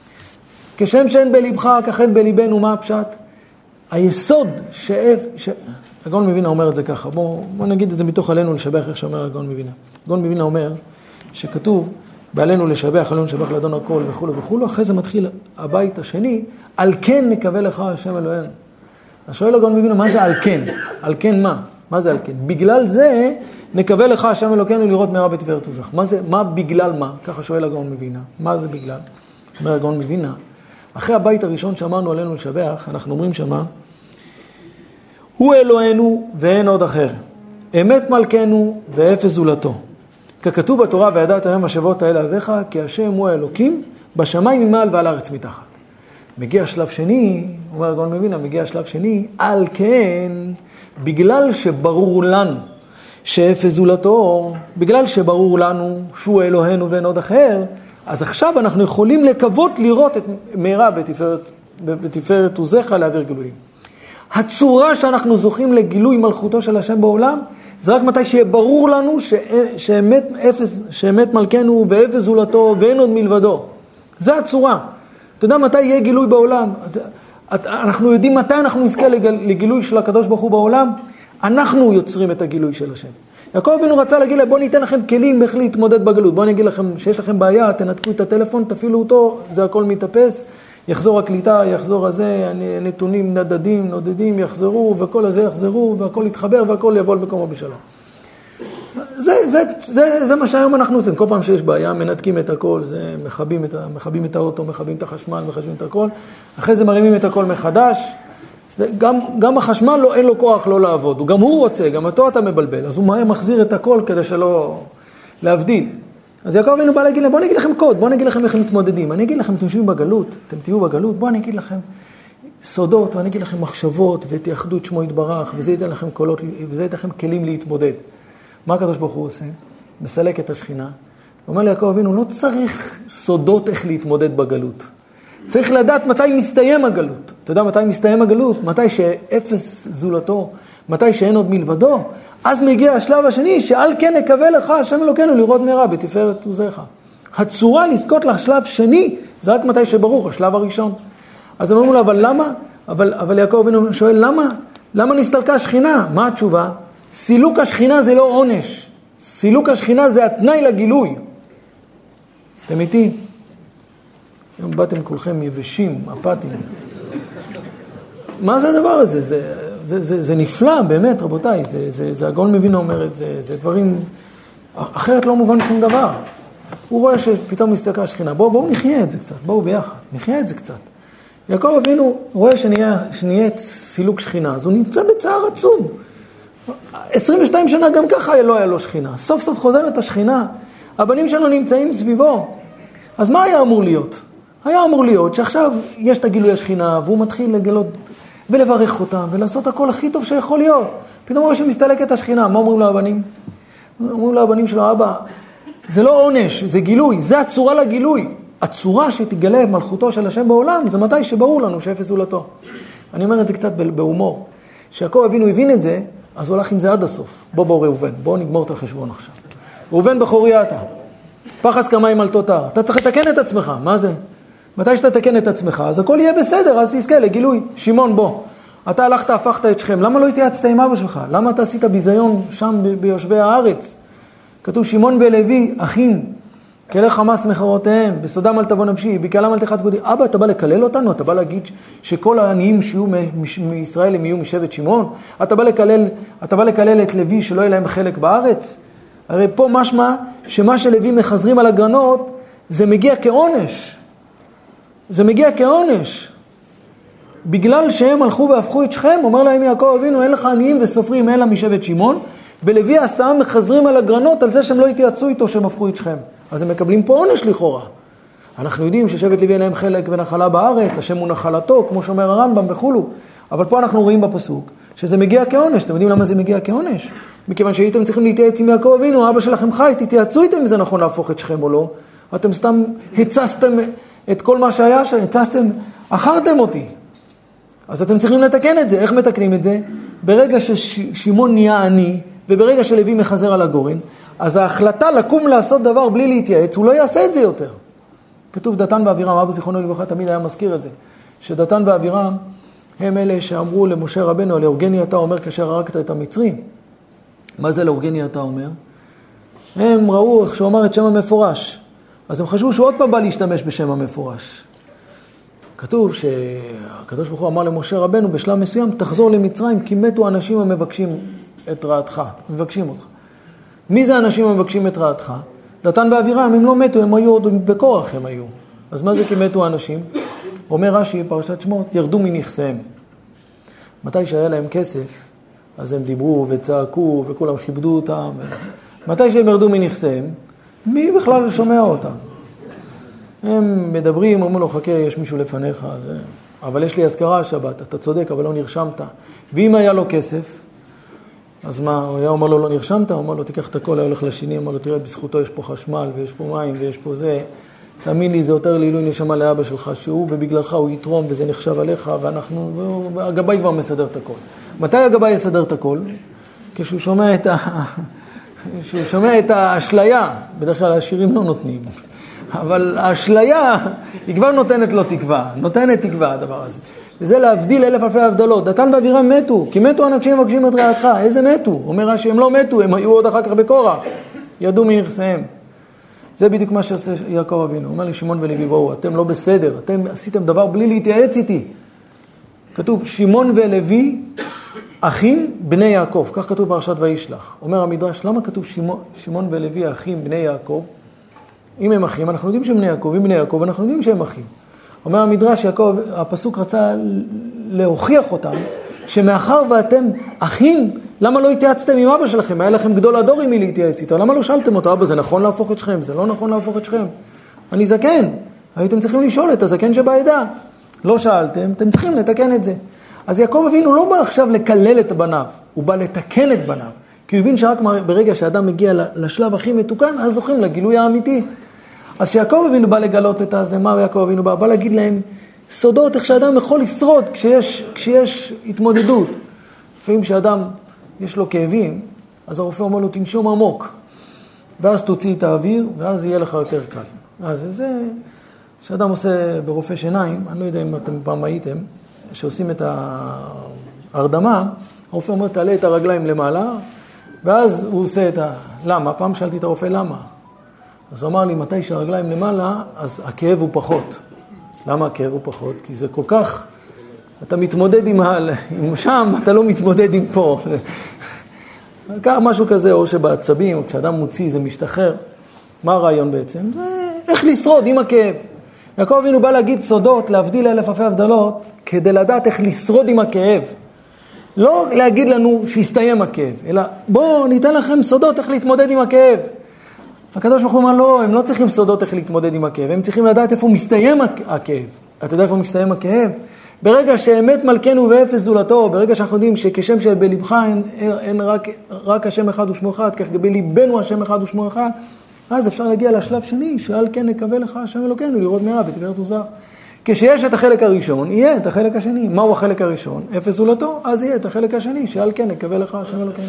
כשם שאין בלבך, ככן בליבנו, מה הפשט? היסוד שאף... ש... הגאון מווילנה אומר את זה ככה. בוא, בוא נגיד את זה מתוך עלינו לשבח איך שאומר הגאון מווילנה. הגאון מווילנה אומר שכתוב בעלינו לשבח, עלינו לשבח לאדון הכל וכו' וכו'. אחרי זה מתחיל הבית השני, על כן נקווה לך השם אלוהינו. אז שואל הגאון מווילנה, מה זה על כן? על כן מה? מה זה על כן? בגלל זה נקווה לך השם אלוקינו לראות מהרה בתפארת עוזך. מה זה, מה בגלל מה? ככה שואל הגאון מווילנה. מה זה בגלל? אומר הגאון מווילנה, אחרי הבית הראשון שאמרנו עלינו לשבח, אנחנו אומרים שמה, הוא אלוהינו ואין עוד אחר. אמת מלכנו ואפס זולתו. ככתוב בתורה, וידעת היום השבועות האלה אביך, כי השם הוא האלוקים, בשמיים ממעל ועל הארץ מתחת. מגיע שלב שני, אומר הגאון מווילנה, מגיע שלב שני, על כן, בגלל שברור לנו שאפס זולתו, בגלל שברור לנו שהוא אלוהינו ואין עוד אחר, אז עכשיו אנחנו יכולים לקוות לראות את מהרה בתפארת, בתפארת עוזך להעביר גילויים. הצורה שאנחנו זוכים לגילוי מלכותו של השם בעולם, זה רק מתי שיהיה ברור לנו ש... שאמת, אפס, שאמת מלכנו ואפס זולתו ואין עוד מלבדו. זה הצורה. אתה יודע מתי יהיה גילוי בעולם? אנחנו יודעים מתי אנחנו נזכה לגילוי של הקדוש ברוך הוא בעולם? אנחנו יוצרים את הגילוי של השם. יעקב אבינו רצה להגיד להם, בואו ניתן לכם כלים איך להתמודד בגלות. בואו נגיד לכם שיש לכם בעיה, תנתקו את הטלפון, תפעילו אותו, זה הכל מתאפס, יחזור הקליטה, יחזור הזה, נתונים נדדים, נודדים, יחזרו, וכל הזה יחזרו, והכל יתחבר, והכל יבוא למקומו בשלום. זה, זה, זה, זה מה שהיום אנחנו עושים. כל פעם שיש בעיה, מנתקים את הכל, זה מכבים את, מכבים את האוטו, מכבים את החשמל, מכבים את הכל. אחרי זה מרימים את הכל מחדש. גם, גם החשמל לא, אין לו כוח לא לעבוד. גם הוא רוצה, גם אותו אתה מבלבל. אז הוא מהר מחזיר את הכל כדי שלא להבדיל. אז יעקב אבינו בא להגיד להם, בואו נגיד לכם קוד, בואו נגיד לכם איך הם מתמודדים. אני אגיד לכם, אתם יושבים בגלות, אתם תהיו בגלות, בואו אני אגיד לכם סודות, ואני אגיד לכם מחשבות, ותייחדו את שמו יתברך, וזה ייתן לכם קולות, וזה ייתן לכם כלים להתמודד. מה הקדוש ברוך הוא עושה? מסלק את השכינה. הוא אומר ליעקב אבינו, לא צריך סודות איך להתמודד בגלות. צריך לדעת מתי מסתיים הגלות. אתה יודע מתי מסתיים הגלות? מתי שאפס זולתו, מתי שאין עוד מלבדו. אז מגיע השלב השני, שעל כן נקווה לך, השם אלוקינו לראות מהרה בתפארת עוזך. הצורה לזכות לשלב שני, זה רק מתי שברוך, השלב הראשון. אז הם אומרים לו, אבל למה? אבל, אבל יעקב אבינו שואל, למה? למה נסתלקה השכינה? מה התשובה? סילוק השכינה זה לא עונש. סילוק השכינה זה התנאי לגילוי. אתם איתי? היום באתם כולכם יבשים, אפתיים. מה זה הדבר הזה? זה, זה, זה, זה נפלא, באמת, רבותיי. זה, זה, זה הגאון מווילנה אומר את זה. זה דברים, אחרת לא מובן שום דבר. הוא רואה שפתאום מסתלקה השכינה. בואו, בואו נחיה את זה קצת. בואו ביחד. נחיה את זה קצת. יעקב אבינו רואה שנהיה, שנהיה סילוק שכינה. אז הוא נמצא בצער עצום. עשרים ושתיים שנה גם ככה לא היה לו שכינה. סוף סוף חוזרת השכינה. הבנים שלו נמצאים סביבו. אז מה היה אמור להיות? היה אמור להיות שעכשיו יש את הגילוי השכינה, והוא מתחיל לגלות ולברך אותם, ולעשות הכל הכי טוב שיכול להיות. פתאום רואה שמסתלקת השכינה. מה אומרים לו הבנים? אומרים לו הבנים שלו, אבא, זה לא עונש, זה גילוי, זה הצורה לגילוי. הצורה שתגלה מלכותו של השם בעולם, זה מתי שברור לנו שאפס זולתו. אני אומר את זה קצת בהומור. שיעקב אבינו הבין את זה, אז הוא הולך עם זה עד הסוף. בוא בוא ראובן, בוא נגמור את החשבון עכשיו. ראובן בכורי אתה, פחס כמים על תותר. אתה צריך לתקן את עצמך, מה זה? מתי שאתה תקן את עצמך, אז הכל יהיה בסדר, אז תזכה לגילוי. שמעון בוא, אתה הלכת, הפכת את שכם, למה לא התייעצת עם אבא שלך? למה אתה עשית ביזיון שם ביושבי הארץ? כתוב שמעון ולוי, אחים, כלי חמאס מחרותיהם, בסודם אל תבוא נפשי, בקהלם אל תחת כבודי. אבא, אתה בא לקלל אותנו? אתה בא להגיד שכל העניים שיהיו מישראל הם יהיו משבט שמעון? אתה בא לקלל, אתה בא לקלל את לוי שלא יהיה להם חלק בארץ? הרי פה משמע שמה שלוי מחזרים על הגרנות, זה מגיע כעונש. זה מגיע כעונש. בגלל שהם הלכו והפכו את שכם, אומר להם יעקב אבינו, אין לך עניים וסופרים אלא משבט שמעון, ולוי עשה מחזרים על הגרנות על זה שהם לא התייעצו איתו שהם הפכו את שכם. אז הם מקבלים פה עונש לכאורה. אנחנו יודעים ששבט לוי אין להם חלק ונחלה בארץ, השם הוא נחלתו, כמו שאומר הרמב"ם וכולו. אבל פה אנחנו רואים בפסוק שזה מגיע כעונש. אתם יודעים למה זה מגיע כעונש? מכיוון שהייתם צריכים להתייעץ עם יעקב אבינו, אבא שלכם חי, תתייעצו איתם אם זה נכון להפוך את שכם או לא. אתם סתם הצסתם את כל מה שהיה שם, הצסתם, אחרתם אותי. אז אתם צריכים לתקן את זה. איך מתקנים את זה? ברגע ששמעון נהיה עני, וברגע שלוי מחזר על הגורן, אז ההחלטה לקום לעשות דבר בלי להתייעץ, הוא לא יעשה את זה יותר. כתוב דתן ואבירם, אבא זיכרונו לברכה תמיד היה מזכיר את זה, שדתן ואבירם הם אלה שאמרו למשה רבנו, לאורגני אתה אומר כאשר הרגת את המצרים. מה זה לאורגני אתה אומר? הם ראו איך שהוא אמר את שם המפורש, אז הם חשבו שהוא עוד פעם בא להשתמש בשם המפורש. כתוב שהקדוש ברוך הוא אמר למשה רבנו בשלב מסוים, תחזור למצרים כי מתו אנשים המבקשים את רעתך, מבקשים אותך. מי זה האנשים המבקשים את רעתך? דתן ואבירם, הם לא מתו, הם היו עוד בכורח הם היו. אז מה זה כי מתו האנשים? אומר רש"י, פרשת שמות, ירדו מנכסיהם. מתי שהיה להם כסף, אז הם דיברו וצעקו וכולם כיבדו אותם. מתי שהם ירדו מנכסיהם, מי בכלל שומע אותם? הם מדברים, אומרים לו, חכה, יש מישהו לפניך, זה... אבל יש לי הזכרה השבת, אתה צודק, אבל לא נרשמת. ואם היה לו כסף, אז מה, הוא היה אומר לו, לא נרשמת? הוא אומר לו, תיקח את הכל, היה הולך לשני, אומר לו, תראה, בזכותו יש פה חשמל, ויש פה מים, ויש פה זה. תאמין לי, זה יותר לעילוי נשמה לאבא שלך, שהוא, ובגללך הוא יתרום, וזה נחשב עליך, ואנחנו, והגבאי כבר מסדר את הכל. מתי הגבאי יסדר את הכל? כשהוא שומע את ה... כשהוא שומע את האשליה, בדרך כלל השירים לא נותנים, אבל האשליה, היא כבר נותנת לו תקווה, נותנת תקווה הדבר הזה. וזה להבדיל אלף אלפי הבדלות. דתן ואבירם מתו, כי מתו אנשים מבקשים את רעתך. איזה מתו? אומר רש"י, הם לא מתו, הם היו עוד אחר כך בכורח. ידעו מנכסיהם. זה בדיוק מה שעושה יעקב אבינו. הוא אומר לי, שמעון ולוי, בואו, אתם לא בסדר, אתם עשיתם דבר בלי להתייעץ איתי. כתוב, שמעון ולוי, אחים בני יעקב. כך כתוב פרשת וישלח. אומר המדרש, למה כתוב שמעון ולוי, אחים בני יעקב? אם הם אחים, אנחנו יודעים שהם בני יעקב, אם בני יעקב, אנחנו יודעים שהם אחים. אומר המדרש, יעקב, הפסוק רצה להוכיח אותם, שמאחר ואתם אחים, למה לא התייעצתם עם אבא שלכם? היה לכם גדול הדור עם מי להתייעץ איתו. למה לא שאלתם אותו, אבא, זה נכון להפוך את שכם? זה לא נכון להפוך את שכם. אני זקן. הייתם צריכים לשאול את הזקן שבעדה. לא שאלתם, אתם צריכים לתקן את זה. אז יעקב אבינו לא בא עכשיו לקלל את בניו, הוא בא לתקן את בניו. כי הוא הבין שרק ברגע שאדם מגיע לשלב הכי מתוקן, אז זוכים לגילוי האמיתי. אז שיעקב אבינו בא לגלות את זה, מה יעקב אבינו בא? בא להגיד להם סודות איך שאדם יכול לשרוד כשיש, כשיש התמודדות. לפעמים שאדם יש לו כאבים, אז הרופא אומר לו תנשום עמוק, ואז תוציא את האוויר, ואז יהיה לך יותר קל. אז זה שאדם עושה ברופא שיניים, אני לא יודע אם אתם פעם הייתם, שעושים את ההרדמה, הרופא אומר תעלה את הרגליים למעלה, ואז הוא עושה את ה... למה? פעם שאלתי את הרופא למה? אז הוא אמר לי, מתי שהרגליים למעלה, אז הכאב הוא פחות. למה הכאב הוא פחות? כי זה כל כך, אתה מתמודד עם, ה... עם שם, אתה לא מתמודד עם פה. כך משהו כזה, או שבעצבים, או כשאדם מוציא, זה משתחרר. מה הרעיון בעצם? זה איך לשרוד עם הכאב. יעקב אבינו בא להגיד סודות, להבדיל אלף אלפי הבדלות, כדי לדעת איך לשרוד עם הכאב. לא להגיד לנו שיסתיים הכאב, אלא בואו ניתן לכם סודות איך להתמודד עם הכאב. הקדוש ברוך הוא אומר לא, הם לא צריכים סודות איך להתמודד עם הכאב, הם צריכים לדעת איפה מסתיים הכאב. אתה יודע איפה מסתיים הכאב? ברגע שאמת מלכנו ואפס זולתו, ברגע שאנחנו יודעים שכשם שבלבך אין, אין רק, רק השם אחד ושמו אחד, כך בליבנו השם אחד ושמו אחד, אז אפשר להגיע לשלב שני, שעל כן נקווה לך השם אלוקינו, לראות מאה ותפארת וזר. כשיש את החלק הראשון, יהיה את החלק השני. מהו החלק הראשון? אפס זולתו, אז יהיה את החלק השני, שעל כן נקווה לך השם אלוקינו.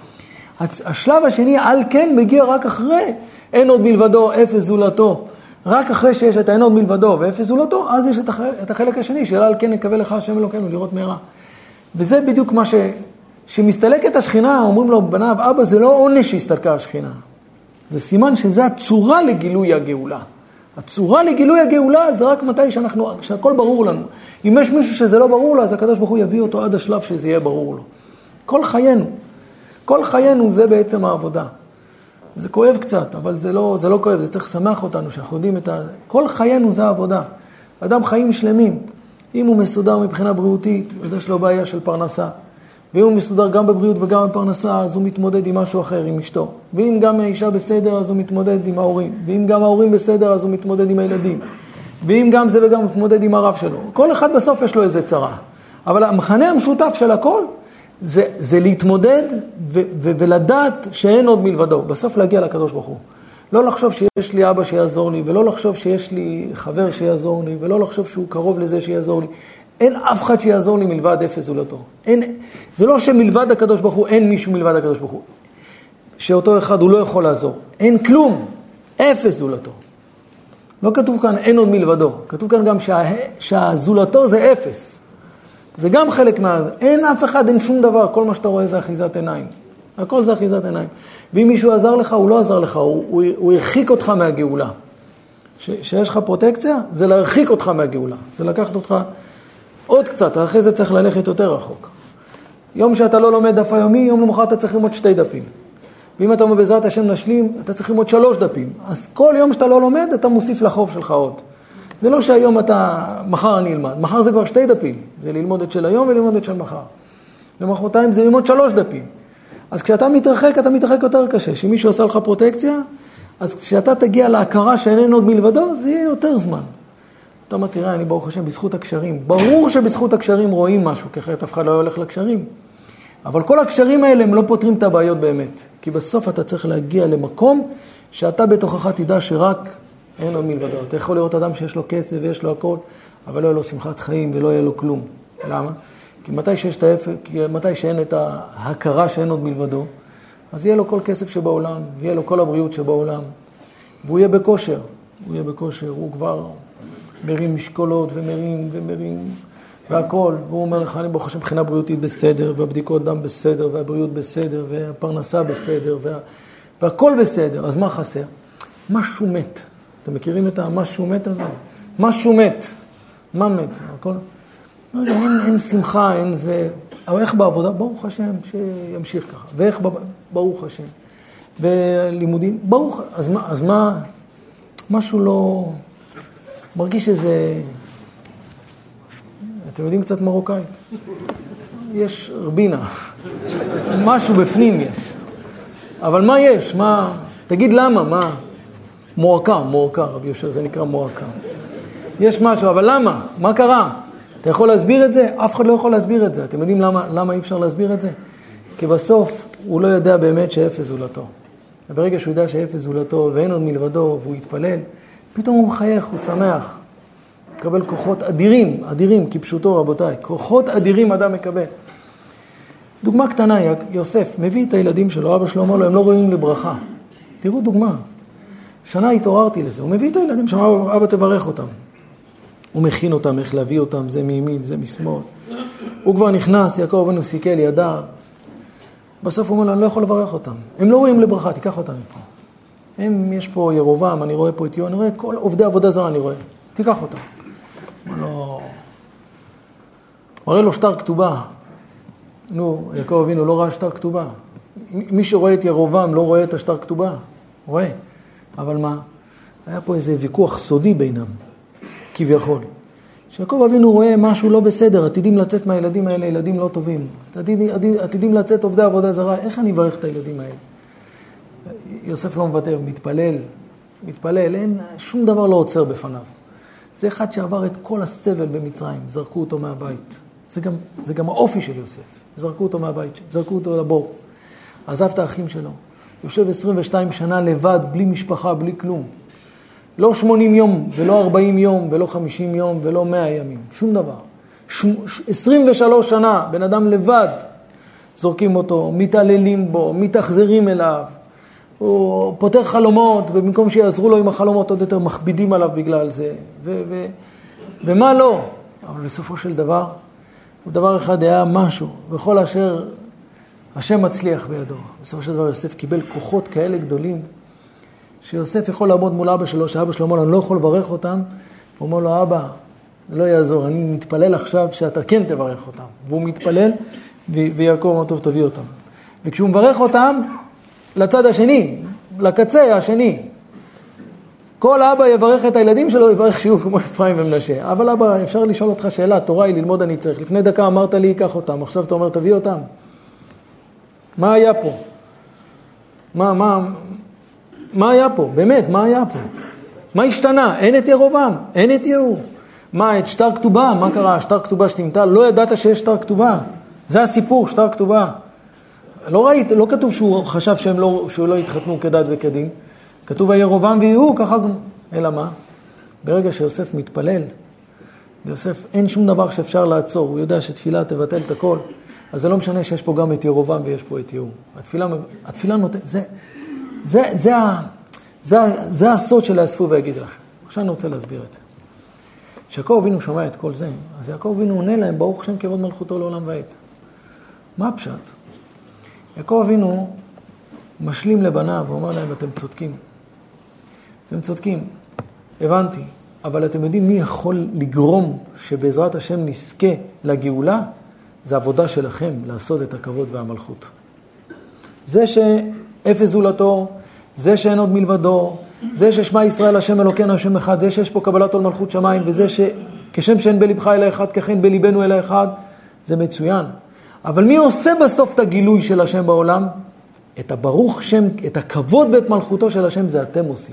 השלב השני, על כן, מגיע רק אחרי, אין עוד מלבדו, אפס זולתו. רק אחרי שיש את האין עוד מלבדו ואפס זולתו, אז יש את החלק השני, שעל כן נקווה לך השם אלוקינו, לראות מהרה. וזה בדיוק מה ש... שמסתלקת השכינה, אומרים לו בניו, אבא, זה לא עונש שהסתלקה השכינה. זה סימן שזה הצורה לגילוי הגאולה. הצורה לגילוי הגאולה זה רק מתי שאנחנו, שהכל ברור לנו. אם יש מישהו שזה לא ברור לו, אז הקדוש ברוך הוא יביא אותו עד השלב שזה יהיה ברור לו. כל חיינו, כל חיינו זה בעצם העבודה. זה כואב קצת, אבל זה לא, זה לא כואב, זה צריך לשמח אותנו, שאנחנו יודעים את ה... כל חיינו זה העבודה. אדם חיים שלמים, אם הוא מסודר מבחינה בריאותית, אז יש לו בעיה של פרנסה. ואם הוא מסודר גם בבריאות וגם בפרנסה, אז הוא מתמודד עם משהו אחר, עם אשתו. ואם גם האישה בסדר, אז הוא מתמודד עם ההורים. ואם גם ההורים בסדר, אז הוא מתמודד עם הילדים. ואם גם זה וגם הוא מתמודד עם הרב שלו. כל אחד בסוף יש לו איזה צרה. אבל המכנה המשותף של הכל, זה, זה להתמודד ו- ו- ולדעת שאין עוד מלבדו. בסוף להגיע לקדוש ברוך הוא. לא לחשוב שיש לי אבא שיעזור לי, ולא לחשוב שיש לי חבר שיעזור לי, ולא לחשוב שהוא קרוב לזה שיעזור לי. אין אף אחד שיעזור לי מלבד אפס זולתו. אין, זה לא שמלבד הקדוש ברוך הוא, אין מישהו מלבד הקדוש ברוך הוא. שאותו אחד הוא לא יכול לעזור. אין כלום. אפס זולתו. לא כתוב כאן אין עוד מלבדו. כתוב כאן גם שה, שהזולתו זה אפס. זה גם חלק מה... אין אף אחד, אין שום דבר. כל מה שאתה רואה זה אחיזת עיניים. הכל זה אחיזת עיניים. ואם מישהו עזר לך, הוא לא עזר לך. הוא, הוא, הוא הרחיק אותך מהגאולה. ש, שיש לך פרוטקציה, זה להרחיק אותך מהגאולה. זה לקחת אותך עוד קצת. אחרי זה צריך ללכת יותר רחוק. יום שאתה לא לומד דף היומי, יום למחר אתה צריך ללמוד שתי דפים. ואם אתה אומר בעזרת השם נשלים, אתה צריך ללמוד שלוש דפים. אז כל יום שאתה לא לומד, אתה מוסיף לחוב שלך עוד. זה לא שהיום אתה, מחר אני אלמד. מחר זה כבר שתי דפים. זה ללמוד את של היום וללמוד את של מחר. למחרתיים זה ללמוד שלוש דפים. אז כשאתה מתרחק, אתה מתרחק יותר קשה. שמישהו עשה לך פרוטקציה, אז כשאתה תגיע להכרה שאין עוד מלבדו, זה יהיה יותר זמן. אתה אומר, תראה, אני ברוך השם בזכות הקשרים. ברור שבזכות הקשרים רואים משהו, כי אחרת אף אחד לא הולך לקשרים. אבל כל הקשרים האלה הם לא פותרים את הבעיות באמת. כי בסוף אתה צריך להגיע למקום שאתה בתוכך תדע שרק אין עוד מלבדו. אתה יכול לראות אדם שיש לו כסף ויש לו הכל, אבל לא יהיה לו שמחת חיים ולא יהיה לו כלום. למה? כי מתי שיש את ההפך, כי מתי שאין את ההכרה שאין עוד מלבדו, אז יהיה לו כל כסף שבעולם, ויהיה לו כל הבריאות שבעולם, והוא יהיה בכושר. הוא יהיה בכושר, הוא כבר מרים משקולות ומרים ומרים והכל, והוא אומר לך, אני ברוך השם מבחינה בריאותית בסדר, והבדיקות דם בסדר, והבריאות בסדר, והפרנסה בסדר, וה... והכל בסדר. אז מה חסר? משהו מת. אתם מכירים את המשהו מת הזה? משהו מת. מה מת? הכל... אין, אין שמחה, אין זה... אבל איך בעבודה? ברוך השם, שימשיך ככה. ואיך ב... ברוך השם. ולימודים? ברוך... אז מה? אז מה... משהו לא... מרגיש שזה... אתם יודעים קצת מרוקאית? יש רבינה. משהו בפנים יש. אבל מה יש? מה... תגיד למה, מה? מועקה, מועקה, רבי יושב, זה נקרא מועקה. יש משהו, אבל למה? מה קרה? אתה יכול להסביר את זה? אף אחד לא יכול להסביר את זה. אתם יודעים למה, למה אי אפשר להסביר את זה? כי בסוף הוא לא יודע באמת שאפס זולתו. וברגע שהוא יודע שאפס זולתו ואין עוד מלבדו והוא יתפלל, פתאום הוא מחייך, הוא שמח. מקבל כוחות אדירים, אדירים, כפשוטו רבותיי. כוחות אדירים אדם מקבל. דוגמה קטנה, יוסף מביא את הילדים שלו, אבא שלו אומר לו, הם לא רואים לברכה. תראו דוגמה. שנה התעוררתי לזה, הוא מביא את הילדים שלו, אבא תברך אותם. הוא מכין אותם, איך להביא אותם, זה מימין, זה משמאל. הוא כבר נכנס, יעקב בנו סיכל, ידע. בסוף הוא אומר לו, אני לא יכול לברך אותם. הם לא רואים לברכה, תיקח אותם מפה. הם, יש פה ירובעם, אני רואה פה את יו, אני רואה כל עובדי עבודה זרה, אני רואה. תיקח אותם. הוא לא... מראה לו שטר כתובה. נו, יעקב אבינו לא ראה שטר כתובה. מי שרואה את ירובעם לא רואה את השטר כתובה. רואה. אבל מה? היה פה איזה ויכוח סודי בינם. כביכול. שיעקב אבינו רואה משהו לא בסדר, עתידים לצאת מהילדים האלה, ילדים לא טובים. עתידים, עתידים לצאת עובדי עבודה זרה, איך אני אברך את הילדים האלה? יוסף לא מוותר, מתפלל, מתפלל, אין, שום דבר לא עוצר בפניו. זה אחד שעבר את כל הסבל במצרים, זרקו אותו מהבית. זה גם, זה גם האופי של יוסף. זרקו אותו מהבית, זרקו אותו לבור. עזב את האחים שלו. יושב עשרים ושתיים שנה לבד, בלי משפחה, בלי כלום. לא שמונים יום, ולא ארבעים יום, ולא חמישים יום, ולא מאה ימים. שום דבר. ש... עשרים ושלוש שנה, בן אדם לבד, זורקים אותו, מתעללים בו, מתאכזרים אליו. הוא פותר חלומות, ובמקום שיעזרו לו עם החלומות, עוד יותר מכבידים עליו בגלל זה. ו... ו... ומה לא? אבל בסופו של דבר, דבר אחד היה משהו, בכל אשר השם מצליח בידו. בסופו של דבר יוסף קיבל כוחות כאלה גדולים, שיוסף יכול לעמוד מול אבא שלו, שאבא שלו אומר לו, אני לא יכול לברך אותם. הוא אומר לו, אבא, זה לא יעזור, אני מתפלל עכשיו שאתה כן תברך אותם. והוא מתפלל, ויעקב אומר, טוב, תביא אותם. וכשהוא מברך אותם, לצד השני, לקצה השני, כל אבא יברך את הילדים שלו, יברך שיהיו כמו אפרים ומנשה. אבל אבא, אפשר לשאול אותך שאלה, תורה היא ללמוד אני צריך. לפני דקה אמרת לי, ייקח אותם, עכשיו אתה אומר, תביא אותם. מה היה פה? מה, מה, מה היה פה? באמת, מה היה פה? מה השתנה? אין את ירובעם, אין את יהוא. מה, את שטר כתובה? מה קרה? שטר כתובה שתמתה? לא ידעת שיש שטר כתובה. זה הסיפור, שטר כתובה. לא ראית, לא כתוב שהוא חשב שהם לא, שהוא לא יתחתנו כדת וכדין. כתוב הירובעם ויהוא, ככה גם. אלא מה? ברגע שיוסף מתפלל, יוסף אין שום דבר שאפשר לעצור. הוא יודע שתפילה תבטל את הכל. אז זה לא משנה שיש פה גם את ירובעם ויש פה את יהוא. התפילה, התפילה נותן, זה, זה, זה, זה, זה הסוד של יאספו ויגיד לכם. עכשיו אני רוצה להסביר את זה. כשיעקב אבינו שומע את כל זה, אז יעקב אבינו עונה להם, ברוך שם כבוד מלכותו לעולם ועד. מה הפשט? יעקב אבינו משלים לבניו ואומר להם, אתם צודקים. אתם צודקים, הבנתי, אבל אתם יודעים מי יכול לגרום שבעזרת השם נזכה לגאולה? זה עבודה שלכם לעשות את הכבוד והמלכות. זה שאפס זולתו, זה שאין עוד מלבדו, זה ששמע ישראל השם אלוקינו השם אחד, זה שיש פה קבלת עול מלכות שמיים, וזה שכשם שאין בלבך אלא אחד, ככן בליבנו אלא אחד, זה מצוין. אבל מי עושה בסוף את הגילוי של השם בעולם? את הברוך שם, את הכבוד ואת מלכותו של השם, זה אתם עושים.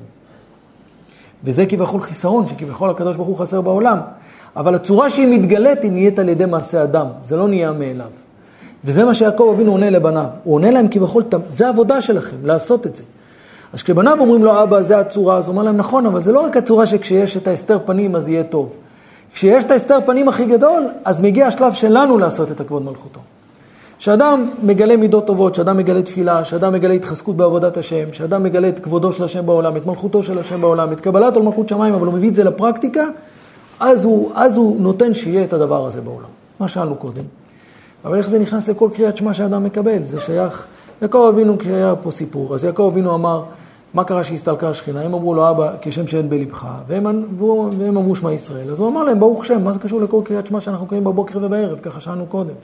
וזה כביכול חיסרון, שכביכול הקדוש ברוך הוא חסר בעולם. אבל הצורה שהיא מתגלית היא נהיית על ידי מעשה אדם. זה לא נהיה מאליו. וזה מה שיעקב אבינו עונה לבניו. הוא עונה להם כביכול, זה העבודה שלכם, לעשות את זה. אז כשבניו אומרים לו, אבא, זה הצורה, אז הוא אומר להם, נכון, אבל זה לא רק הצורה שכשיש את ההסתר פנים, אז יהיה טוב. כשיש את ההסתר פנים הכי גדול, אז מגיע השלב שלנו לעשות את הכבוד מלכותו. שאדם מגלה מידות טובות, שאדם מגלה תפילה, שאדם מגלה התחזקות בעבודת השם, שאדם מגלה את כבודו של השם בעולם, את מלכותו של השם בעולם, את קבלת עול מלכות שמיים, אבל הוא מביא את זה לפרקטיקה, אז הוא, אז הוא נותן שיהיה את הדבר הזה בעולם. מה שאלנו קודם. אבל איך זה נכנס לכל קריאת שמע שאדם מקבל? זה שייך, יעקב אבינו כשהיה פה סיפור, אז יעקב אבינו אמר, מה קרה שהסתלקה השכינה? הם אמרו לו, אבא, כשם שאין בלבך, והם, והם אמרו שמע ישראל. אז הוא אמר להם, ברוך שם, מה זה קשור לכל קריאת שמע שאנחנו קוראים בבוקר ובערב, ככה שאלנו קודם.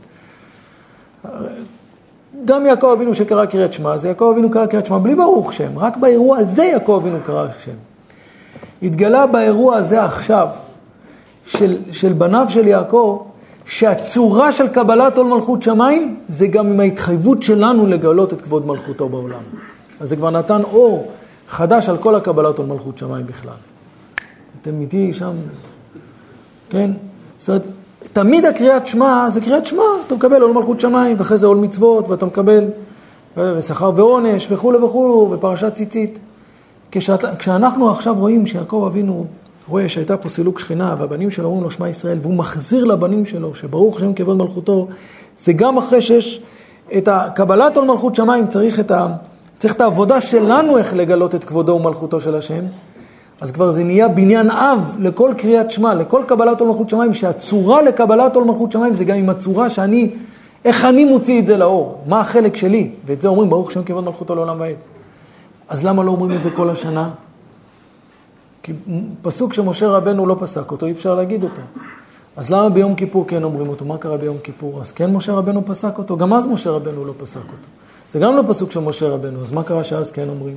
גם יעקב אבינו שקרא קריאת שמע, זה יעקב אבינו קרא קריאת שמע בלי ברוך שם, רק באירוע הזה יעקב אבינו קרא שם. התגלה באירוע הזה עכשיו, של, של בניו של יעקב, שהצורה של קבלת עול מלכות שמיים, זה גם עם ההתחייבות שלנו לגלות את כבוד מלכותו בעולם. אז זה כבר נתן אור חדש על כל הקבלת עול מלכות שמיים בכלל. אתם איתי שם, כן? זאת אומרת, תמיד הקריאת שמע, זה קריאת שמע, אתה מקבל עול מלכות שמיים, ואחרי זה עול מצוות, ואתה מקבל ושכר ועונש, וכו' וכו', בפרשת ציצית. כשאת, כשאנחנו עכשיו רואים שיעקב אבינו רואה שהייתה פה סילוק שכינה, והבנים שלו אומרים לו שמע ישראל, והוא מחזיר לבנים שלו, שברוך שם כבוד מלכותו, זה גם אחרי שיש את הקבלת עול מלכות שמיים, צריך את, ה, צריך את העבודה שלנו איך לגלות את כבודו ומלכותו של השם, אז כבר זה נהיה בניין אב לכל קריאת שמע, לכל קבלת עול מלכות שמיים, שהצורה לקבלת עול מלכות שמיים זה גם עם הצורה שאני, איך אני מוציא את זה לאור, מה החלק שלי, ואת זה אומרים ברוך שם כבוד מלכותו לעולם ועד. אז למה לא אומרים את זה כל השנה? כי פסוק שמשה רבנו לא פסק אותו, אי אפשר להגיד אותו. אז למה ביום כיפור כן אומרים אותו? מה קרה ביום כיפור? אז כן משה רבנו פסק אותו, גם אז משה רבנו לא פסק אותו. זה גם לא פסוק של משה רבנו, אז מה קרה שאז כן אומרים?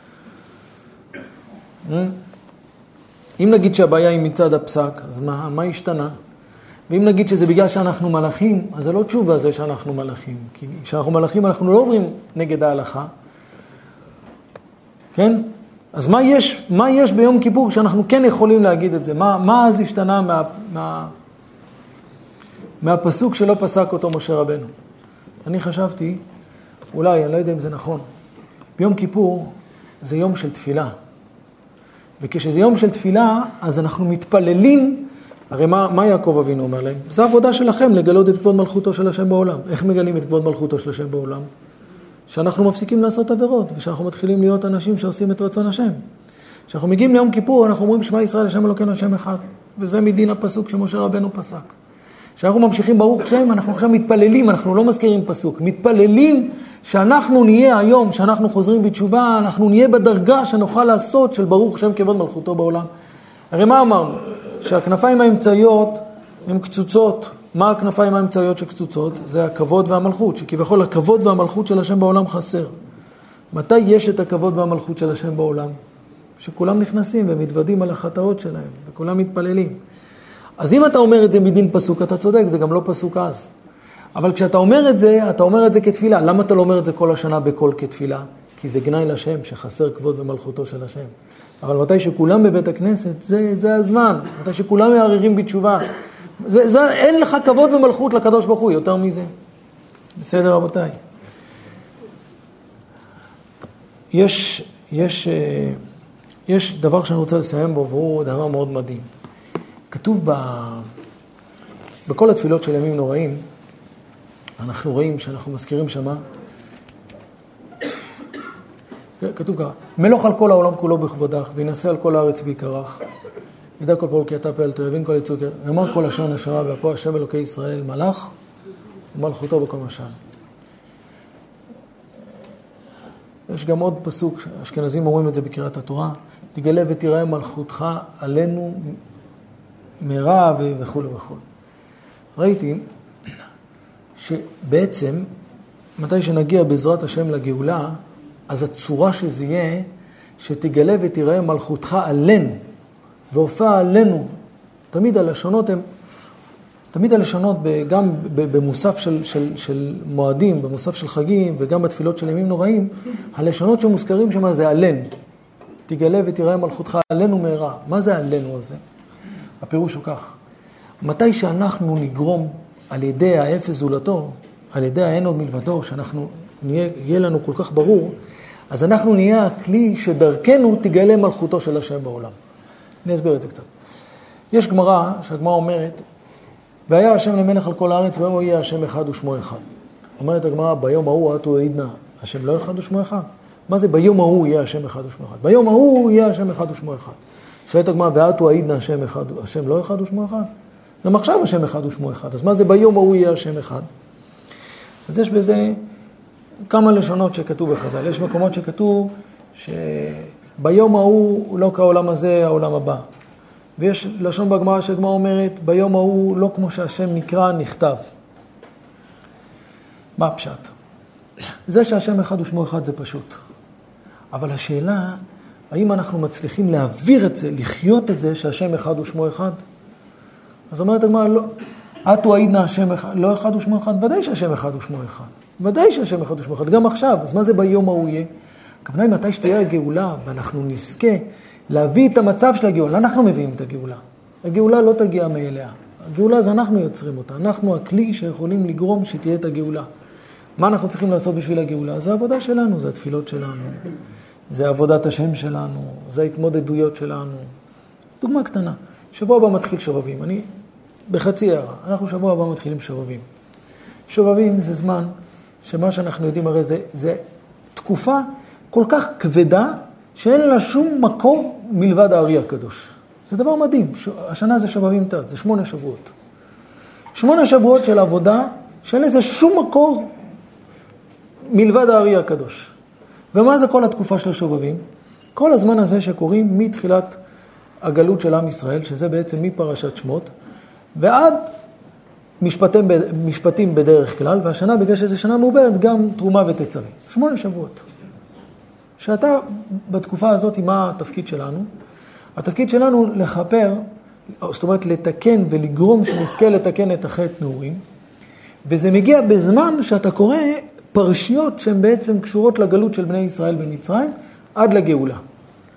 אם נגיד שהבעיה היא מצד הפסק, אז מה, מה השתנה? ואם נגיד שזה בגלל שאנחנו מלאכים, אז זה לא תשובה זה שאנחנו מלאכים. כי כשאנחנו מלאכים אנחנו לא עוברים נגד ההלכה. כן? אז מה יש, מה יש ביום כיפור שאנחנו כן יכולים להגיד את זה? מה, מה אז השתנה מה, מה, מהפסוק שלא פסק אותו משה רבנו? אני חשבתי, אולי, אני לא יודע אם זה נכון, ביום כיפור זה יום של תפילה. וכשזה יום של תפילה, אז אנחנו מתפללים, הרי מה, מה יעקב אבינו אומר להם? זה עבודה שלכם לגלות את כבוד מלכותו של השם בעולם. איך מגלים את כבוד מלכותו של השם בעולם? שאנחנו מפסיקים לעשות עבירות, ושאנחנו מתחילים להיות אנשים שעושים את רצון השם. כשאנחנו מגיעים ליום כיפור, אנחנו אומרים שמע ישראל השם אלוקינו השם אחד. וזה מדין הפסוק שמשה רבנו פסק. כשאנחנו ממשיכים ברוך שם, אנחנו עכשיו מתפללים, אנחנו לא מזכירים פסוק, מתפללים שאנחנו נהיה היום, שאנחנו חוזרים בתשובה, אנחנו נהיה בדרגה שנוכל לעשות של ברוך שם כבוד מלכותו בעולם. הרי מה אמרנו? שהכנפיים האמצעיות הן קצוצות. מה הכנפיים האמצעיות שקצוצות? זה הכבוד והמלכות, שכביכול הכבוד והמלכות של השם בעולם חסר. מתי יש את הכבוד והמלכות של השם בעולם? שכולם נכנסים ומתוודים על החטאות שלהם, וכולם מתפללים. אז אם אתה אומר את זה מדין פסוק, אתה צודק, זה גם לא פסוק אז. אבל כשאתה אומר את זה, אתה אומר את זה כתפילה. למה אתה לא אומר את זה כל השנה בכל כתפילה? כי זה גנאי לשם, שחסר כבוד ומלכותו של השם. אבל מתי שכולם בבית הכנסת, זה, זה הזמן. מתי שכולם מערערים בתשובה. זה, זה, אין לך כבוד ומלכות לקדוש ברוך הוא, יותר מזה. בסדר, רבותיי. יש, יש, יש דבר שאני רוצה לסיים בו, והוא דבר מאוד מדהים. כתוב ב... בכל התפילות של ימים נוראים, אנחנו רואים שאנחנו מזכירים שמה, כתוב ככה, מלוך על כל העולם כולו בכבודך, וינשא על כל הארץ בעיקרך, ידע כל פעול כי אתה פעלתו, יבין כל יצור, יאמר כל לשון נשמה, ואפו השם אלוקי ישראל מלך, ומלכותו בכל משל. יש גם עוד פסוק, אשכנזים אומרים את זה בקריאת התורה, תגלה ותראה מלכותך עלינו מרע וכו' וכו'. ראיתי שבעצם, מתי שנגיע בעזרת השם לגאולה, אז הצורה שזה יהיה, שתגלה ותראה מלכותך עלינו, והופעה עלינו. תמיד הלשונות הם, תמיד הלשונות גם במוסף של, של, של מועדים, במוסף של חגים, וגם בתפילות של ימים נוראים, הלשונות שמוזכרים שם זה עלינו. תגלה ותראה מלכותך עלינו מהרה. מה זה עלינו הזה? הפירוש הוא כך. מתי שאנחנו נגרום על ידי האפס זולתו, על ידי האין עוד מלבדו, שאנחנו נהיה, יהיה לנו כל כך ברור, אז אנחנו נהיה הכלי שדרכנו תגלה מלכותו של השם בעולם. אני אסביר את זה קצת. יש גמרא, שהגמרא אומרת, והיה השם למלך על כל הארץ, ביום הוא יהיה השם אחד ושמו אחד. אומרת הגמרא, ביום ההוא אתו העידנא, השם לא אחד ושמו אחד. מה זה ביום ההוא יהיה השם אחד ושמו אחד? ביום ההוא יהיה השם אחד ושמו אחד. שואלת הגמרא, ואתו העידנא השם אחד, השם לא אחד ושמו אחד? גם עכשיו השם אחד ושמו אחד. אז מה זה ביום ההוא יהיה השם אחד? אז יש בזה כמה לשונות שכתוב בחז"ל. יש מקומות שכתוב שביום ההוא לא כעולם הזה, העולם הבא. ויש לשון בגמרא שהגמרא אומרת, ביום ההוא לא כמו שהשם נקרא, נכתב. מה הפשט? זה שהשם אחד ושמו אחד זה פשוט. אבל השאלה, האם אנחנו מצליחים להעביר את זה, לחיות את זה שהשם אחד ושמו אחד? אז אומרת הגמרא, לא, אתו העידנא השם אחד, לא אחד ושמו אחד, ודאי שהשם אחד ושמו אחד. ודאי שהשם אחד ושמו אחד, גם עכשיו. אז מה זה ביום ההוא יהיה? הכוונה היא מתי שתהיה הגאולה, ואנחנו נזכה להביא את המצב של הגאולה. אנחנו מביאים את הגאולה. הגאולה לא תגיע מאליה. הגאולה זה אנחנו יוצרים אותה. אנחנו הכלי שיכולים לגרום שתהיה את הגאולה. מה אנחנו צריכים לעשות בשביל הגאולה? זה העבודה שלנו, זה התפילות שלנו, זה עבודת השם שלנו, זה ההתמודדויות שלנו. דוגמה קטנה. שבוע הבא מתחיל שובבים. אני, בחצי הערה, אנחנו שבוע הבא מתחילים שובבים. שובבים זה זמן שמה שאנחנו יודעים הרי זה, זה תקופה כל כך כבדה, שאין לה שום מקור מלבד הארי הקדוש. זה דבר מדהים. השנה זה שובבים תת, זה שמונה שבועות. שמונה שבועות של עבודה, שאין לזה שום מקור מלבד הארי הקדוש. ומה זה כל התקופה של השובבים? כל הזמן הזה שקוראים מתחילת הגלות של עם ישראל, שזה בעצם מפרשת שמות, ועד משפטים, משפטים בדרך כלל, והשנה בגלל שזה שנה מעוברת גם תרומה ותצווה. שמונה שבועות. שאתה בתקופה הזאת, מה התפקיד שלנו? התפקיד שלנו לחפר, זאת אומרת לתקן ולגרום שנזכה לתקן את החטא נעורים, וזה מגיע בזמן שאתה קורא פרשיות שהן בעצם קשורות לגלות של בני ישראל במצרים, עד לגאולה.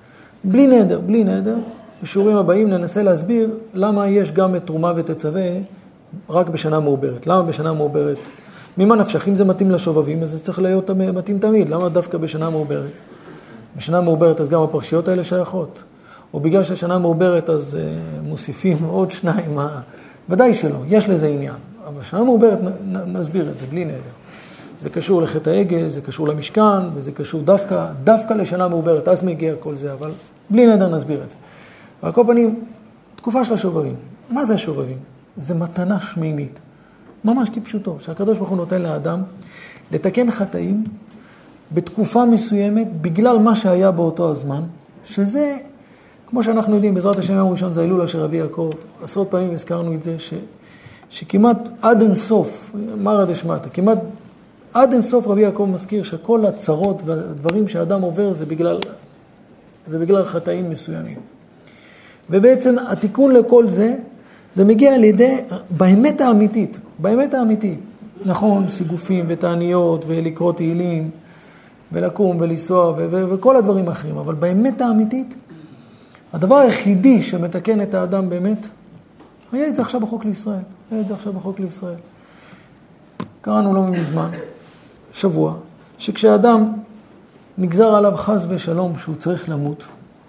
בלי נדר, בלי נדר. בשיעורים הבאים ננסה להסביר למה יש גם את תרומה ותצווה רק בשנה מעוברת. למה בשנה מעוברת? ממה נפשך? אם זה מתאים לשובבים, אז זה צריך להיות מתאים תמיד. למה דווקא בשנה מעוברת? בשנה מעוברת אז גם הפרשיות האלה שייכות. או בגלל שהשנה מעוברת אז uh, מוסיפים עוד שניים. ודאי שלא, יש לזה עניין. אבל בשנה מעוברת נסביר את זה בלי נדר. זה קשור לחטא העגל, זה קשור למשכן, וזה קשור דווקא, דווקא לשנה מעוברת. אז מגיע כל זה, אבל בלי נדר נסביר את זה. על כל פנים, תקופה של השובבים. מה זה השובבים? זה מתנה שמימית. ממש כפשוטו, שהקדוש ברוך הוא נותן לאדם לתקן חטאים בתקופה מסוימת בגלל מה שהיה באותו הזמן, שזה, כמו שאנחנו יודעים, בעזרת השם יום ראשון זה ההילול אשר רבי יעקב, עשרות פעמים הזכרנו את זה, ש, שכמעט עד אין סוף, מרא דשמטה, כמעט עד אין סוף רבי יעקב מזכיר שכל הצרות והדברים שהאדם עובר זה בגלל, זה בגלל חטאים מסוימים. ובעצם התיקון לכל זה, זה מגיע על ידי, באמת האמיתית, באמת האמיתית. נכון, סיגופים ותעניות ולקרוא תהילים ולקום ולנסוע ו- ו- וכל הדברים האחרים, אבל באמת האמיתית, הדבר היחידי שמתקן את האדם באמת, היה את זה עכשיו בחוק לישראל, היה את זה עכשיו בחוק לישראל. קראנו לא מזמן, שבוע, שכשאדם נגזר עליו חס ושלום שהוא צריך למות,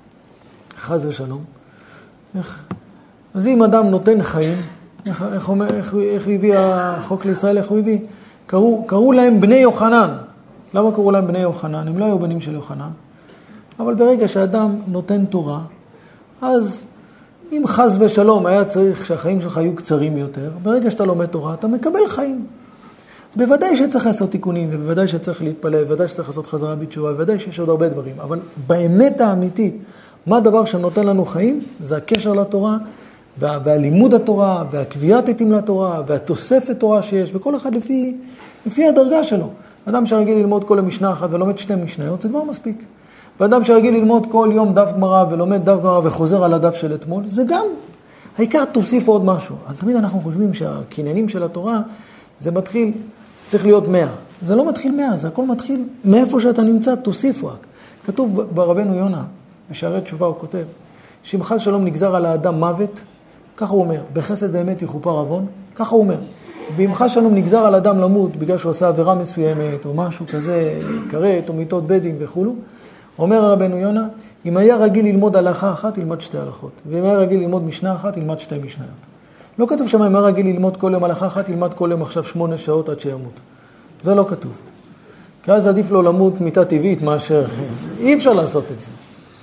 חס ושלום, איך... אז אם אדם נותן חיים, איך, איך, אומר, איך, איך הביא החוק לישראל, איך הוא הביא? קראו, קראו להם בני יוחנן. למה קראו להם בני יוחנן? הם לא היו בנים של יוחנן. אבל ברגע שאדם נותן תורה, אז אם חס ושלום היה צריך שהחיים שלך יהיו קצרים יותר, ברגע שאתה לומד תורה, אתה מקבל חיים. בוודאי שצריך לעשות תיקונים, ובוודאי שצריך להתפלל, ובוודאי שצריך לעשות חזרה בתשובה, ובוודאי שיש עוד הרבה דברים. אבל באמת האמיתית, מה הדבר שנותן לנו חיים? זה הקשר לתורה, וה, והלימוד התורה, והקביעת עתים לתורה, והתוספת תורה שיש, וכל אחד לפי, לפי הדרגה שלו. אדם שרגיל ללמוד כל המשנה אחת ולומד שתי משניות, זה כבר מספיק. ואדם שרגיל ללמוד כל יום דף גמרא ולומד דף גמרא וחוזר על הדף של אתמול, זה גם, העיקר תוסיף עוד משהו. תמיד אנחנו חושבים שהקניינים של התורה, זה מתחיל, צריך להיות מאה. זה לא מתחיל מאה, זה הכל מתחיל מאיפה שאתה נמצא, תוסיף רק. כתוב ברבנו יונה, בשערי תשובה הוא כותב, שאם חס שלום נגזר על האדם מוות, ככה הוא אומר, בחסד באמת יכופר עוון, ככה הוא אומר. ואם חס שלום נגזר על אדם למות בגלל שהוא עשה עבירה מסוימת או משהו כזה, כרת או מיתות בדין וכו', אומר הרבנו יונה, אם היה רגיל ללמוד הלכה אחת, ילמד שתי הלכות. ואם היה רגיל ללמוד משנה אחת, ילמד שתי משניות. לא כתוב שם, אם היה רגיל ללמוד כל יום הלכה אחת, ילמד כל יום עכשיו שמונה שעות עד שימות. זה לא כתוב. כי אז עדיף לו למות מיתה טבעית מאשר, אי אפשר לעשות את זה.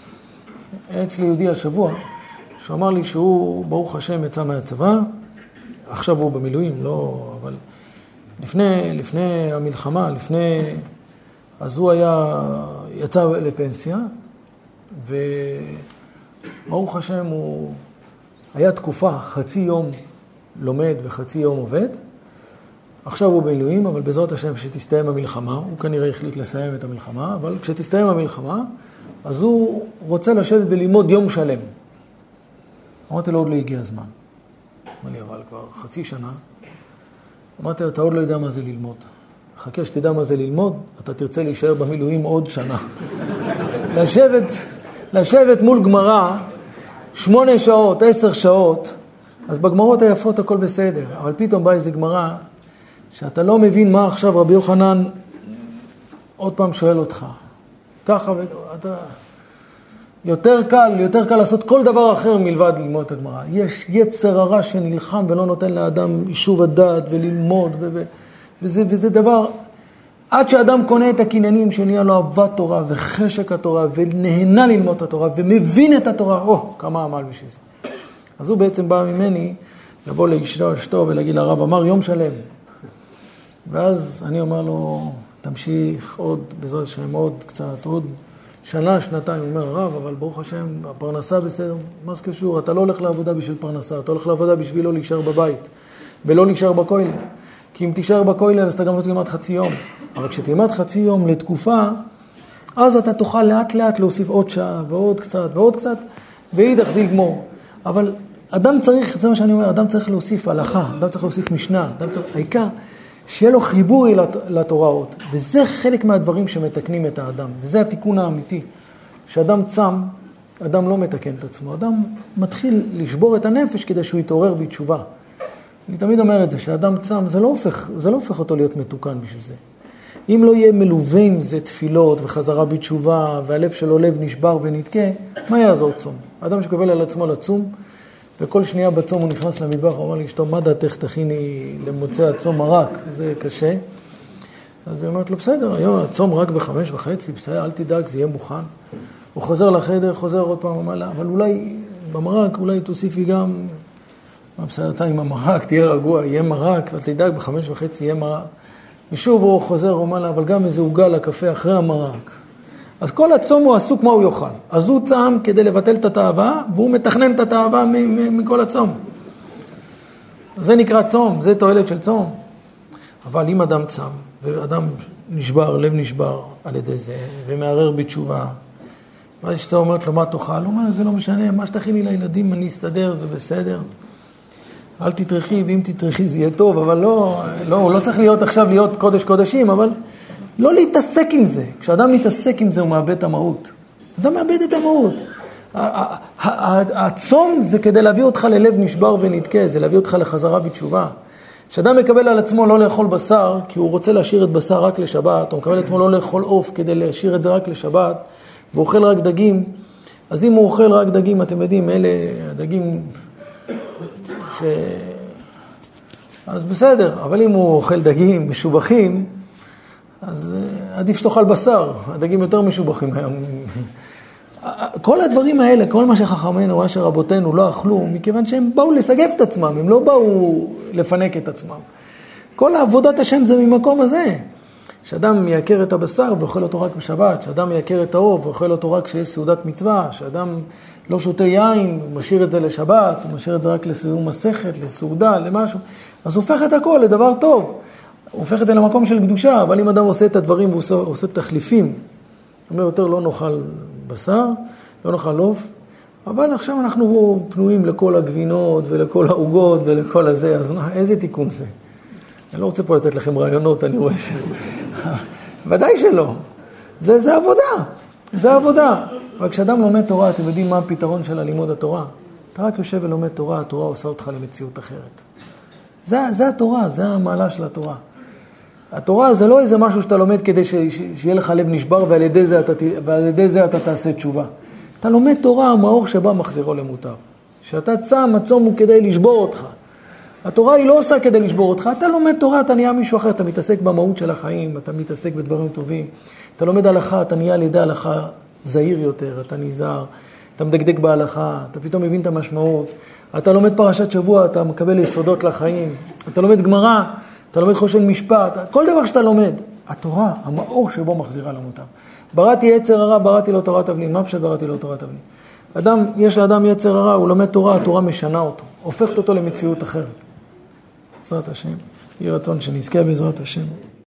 אצלי יהודי השבוע, שאמר לי שהוא, ברוך השם, יצא מהצבא, עכשיו הוא במילואים, לא, אבל לפני, לפני המלחמה, לפני, אז הוא היה, יצא לפנסיה, וברוך השם הוא, היה תקופה, חצי יום לומד וחצי יום עובד, עכשיו הוא במילואים, אבל בעזרת השם כשתסתיים המלחמה, הוא כנראה החליט לסיים את המלחמה, אבל כשתסתיים המלחמה, אז הוא רוצה לשבת וללמוד יום שלם. אמרתי לו, עוד לא הגיע הזמן. אמר לי, אבל כבר חצי שנה. אמרתי לו, אתה עוד לא יודע מה זה ללמוד. חכה שתדע מה זה ללמוד, אתה תרצה להישאר במילואים עוד שנה. לשבת, לשבת מול גמרא, שמונה שעות, עשר שעות, אז בגמרות היפות הכל בסדר. אבל פתאום בא איזה גמרא, שאתה לא מבין מה עכשיו רבי יוחנן עוד פעם שואל אותך. ככה, ואתה... יותר קל, יותר קל לעשות כל דבר אחר מלבד ללמוד את הגמרא. יש יצר הרע שנלחם ולא נותן לאדם יישוב הדעת וללמוד, ו- ו- וזה, וזה דבר, עד שאדם קונה את הקניינים שנהיה לו אהבת תורה וחשק התורה ונהנה ללמוד את התורה ומבין את התורה, או, כמה עמל בשביל זה. אז הוא בעצם בא ממני לבוא לאשתו, אשתו ולהגיד לרב, אמר יום שלם. ואז אני אומר לו, תמשיך עוד, בעזרת השם, עוד קצת, עוד שנה, שנתיים, הוא אומר, רב, אבל ברוך השם, הפרנסה בסדר, מה זה קשור? אתה לא הולך לעבודה בשביל פרנסה, אתה הולך לעבודה בשביל לא להישאר בבית, ולא להישאר בכולל. כי אם תישאר בכולל, אז אתה גם לא תלמד חצי יום. אבל כשתלמד חצי יום לתקופה, אז אתה תוכל לאט לאט להוסיף עוד שעה, ועוד קצת, ועוד קצת, ואידך זה יגמור. אבל אדם צריך, זה מה שאני אומר, אדם צריך להוסיף הלכה, אדם צריך להוסיף משנה, אדם צריך, העיקר, שיהיה לו חיבור לתוראות, וזה חלק מהדברים שמתקנים את האדם, וזה התיקון האמיתי. שאדם צם, אדם לא מתקן את עצמו. אדם מתחיל לשבור את הנפש כדי שהוא יתעורר בתשובה. אני תמיד אומר את זה, שאדם צם, זה לא הופך, זה לא הופך אותו להיות מתוקן בשביל זה. אם לא יהיה מלווה עם זה תפילות וחזרה בתשובה, והלב שלו לב נשבר ונתקה, מה יעזור צום? אדם שקבל על עצמו לצום, וכל שנייה בצום הוא נכנס למטבח, הוא אומר לי, אשתו, מה דעתך תכיני למוצא הצום מרק? זה קשה. אז היא אומרת לו, בסדר, היום הצום רק בחמש וחצי, בסדר, אל תדאג, זה יהיה מוכן. הוא חוזר לחדר, חוזר עוד פעם, אומר לה, אבל אולי במרק, אולי תוסיפי גם, מה בסדר, אתה עם המרק, תהיה רגוע, יהיה מרק, אבל תדאג, בחמש וחצי יהיה מרק. ושוב הוא חוזר, הוא אומר לה, אבל גם איזה עוגה לקפה אחרי המרק. אז כל הצום הוא עסוק מה הוא יאכל. אז הוא צם כדי לבטל את התאווה, והוא מתכנן את התאווה מכל הצום. זה נקרא צום, זה תועלת של צום. אבל אם אדם צם, ואדם נשבר, לב נשבר על ידי זה, ומערער בתשובה, ואז שאתה אומרת לו, מה תאכל? הוא אומר, זה לא משנה, מה שתכיני לילדים, אני אסתדר, זה בסדר. אל תתרחי, ואם תתרחי זה יהיה טוב, אבל לא, לא, הוא לא צריך להיות עכשיו להיות קודש קודשים, אבל לא להתעסק עם זה. כשאדם מתעסק עם זה, הוא מאבד את המהות. אדם מאבד את המהות. הצום זה כדי להביא אותך ללב נשבר ונתקה, זה להביא אותך לחזרה בתשובה. כשאדם מקבל על עצמו לא לאכול בשר, כי הוא רוצה להשאיר את בשר רק לשבת, או מקבל על עצמו לא לאכול עוף כדי להשאיר את זה רק לשבת, והוא אוכל רק דגים, אז אם הוא אוכל רק דגים, אתם יודעים, אלה הדגים ש... אז בסדר, אבל אם הוא אוכל דגים משובחים, אז עדיף שתאכל בשר, הדגים יותר משובחים היום. כל הדברים האלה, כל מה שחכמינו, מה שרבותינו לא אכלו, מכיוון שהם באו לסגף את עצמם, הם לא באו לפנק את עצמם. כל עבודת השם זה ממקום הזה. שאדם מייקר את הבשר ואוכל אותו רק בשבת, שאדם מייקר את האוב ואוכל אותו רק כשיש סעודת מצווה, שאדם לא שותה יין, הוא משאיר את זה לשבת, הוא משאיר את זה רק לסיום מסכת, לסעודה, למשהו. אז הוא הופך את הכל לדבר טוב. הוא הופך את זה למקום של קדושה, אבל אם אדם עושה את הדברים והוא עושה תחליפים, אומר יותר לא נאכל בשר, לא נאכל עוף, אבל עכשיו אנחנו פנויים לכל הגבינות ולכל העוגות ולכל הזה, אז מה, איזה תיקון זה? אני לא רוצה פה לתת לכם רעיונות, אני רואה ש... ודאי שלא. זה, זה עבודה. זה עבודה. אבל כשאדם לומד תורה, אתם יודעים מה הפתרון של הלימוד התורה? אתה רק יושב ולומד תורה, התורה עושה אותך למציאות אחרת. זה, זה התורה, זה המעלה של התורה. התורה זה לא איזה משהו שאתה לומד כדי ש, ש, שיהיה לך לב נשבר, ועל ידי זה אתה, ועל ידי זה אתה תעשה תשובה. אתה לומד תורה, המאור שבא מחזירו למוטב. שאתה צם, הצום הוא כדי לשבור אותך. התורה היא לא עושה כדי לשבור אותך, אתה לומד תורה, אתה נהיה מישהו אחר, אתה מתעסק במהות של החיים, אתה מתעסק בדברים טובים, אתה לומד הלכה, אתה נהיה על ידי הלכה זהיר יותר, אתה נזהר, אתה מדקדק בהלכה, אתה פתאום מבין את המשמעות, אתה לומד פרשת שבוע, אתה מקבל יסודות לחיים, אתה לומד גמרא, אתה לומד חושן משפט, כל דבר שאתה לומד, התורה, המאור שבו מחזירה למוטב. בראתי יצר הרע, בראתי לו תורת תבנין, מה פשוט בראתי לו תורת תבנין? אדם, יש לאדם יצר הרע, הוא לומד תורה, התורה משנה אותו, הופכת אותו למציאות אחרת. בעזרת השם, יהי רצון שנזכה בעזרת השם.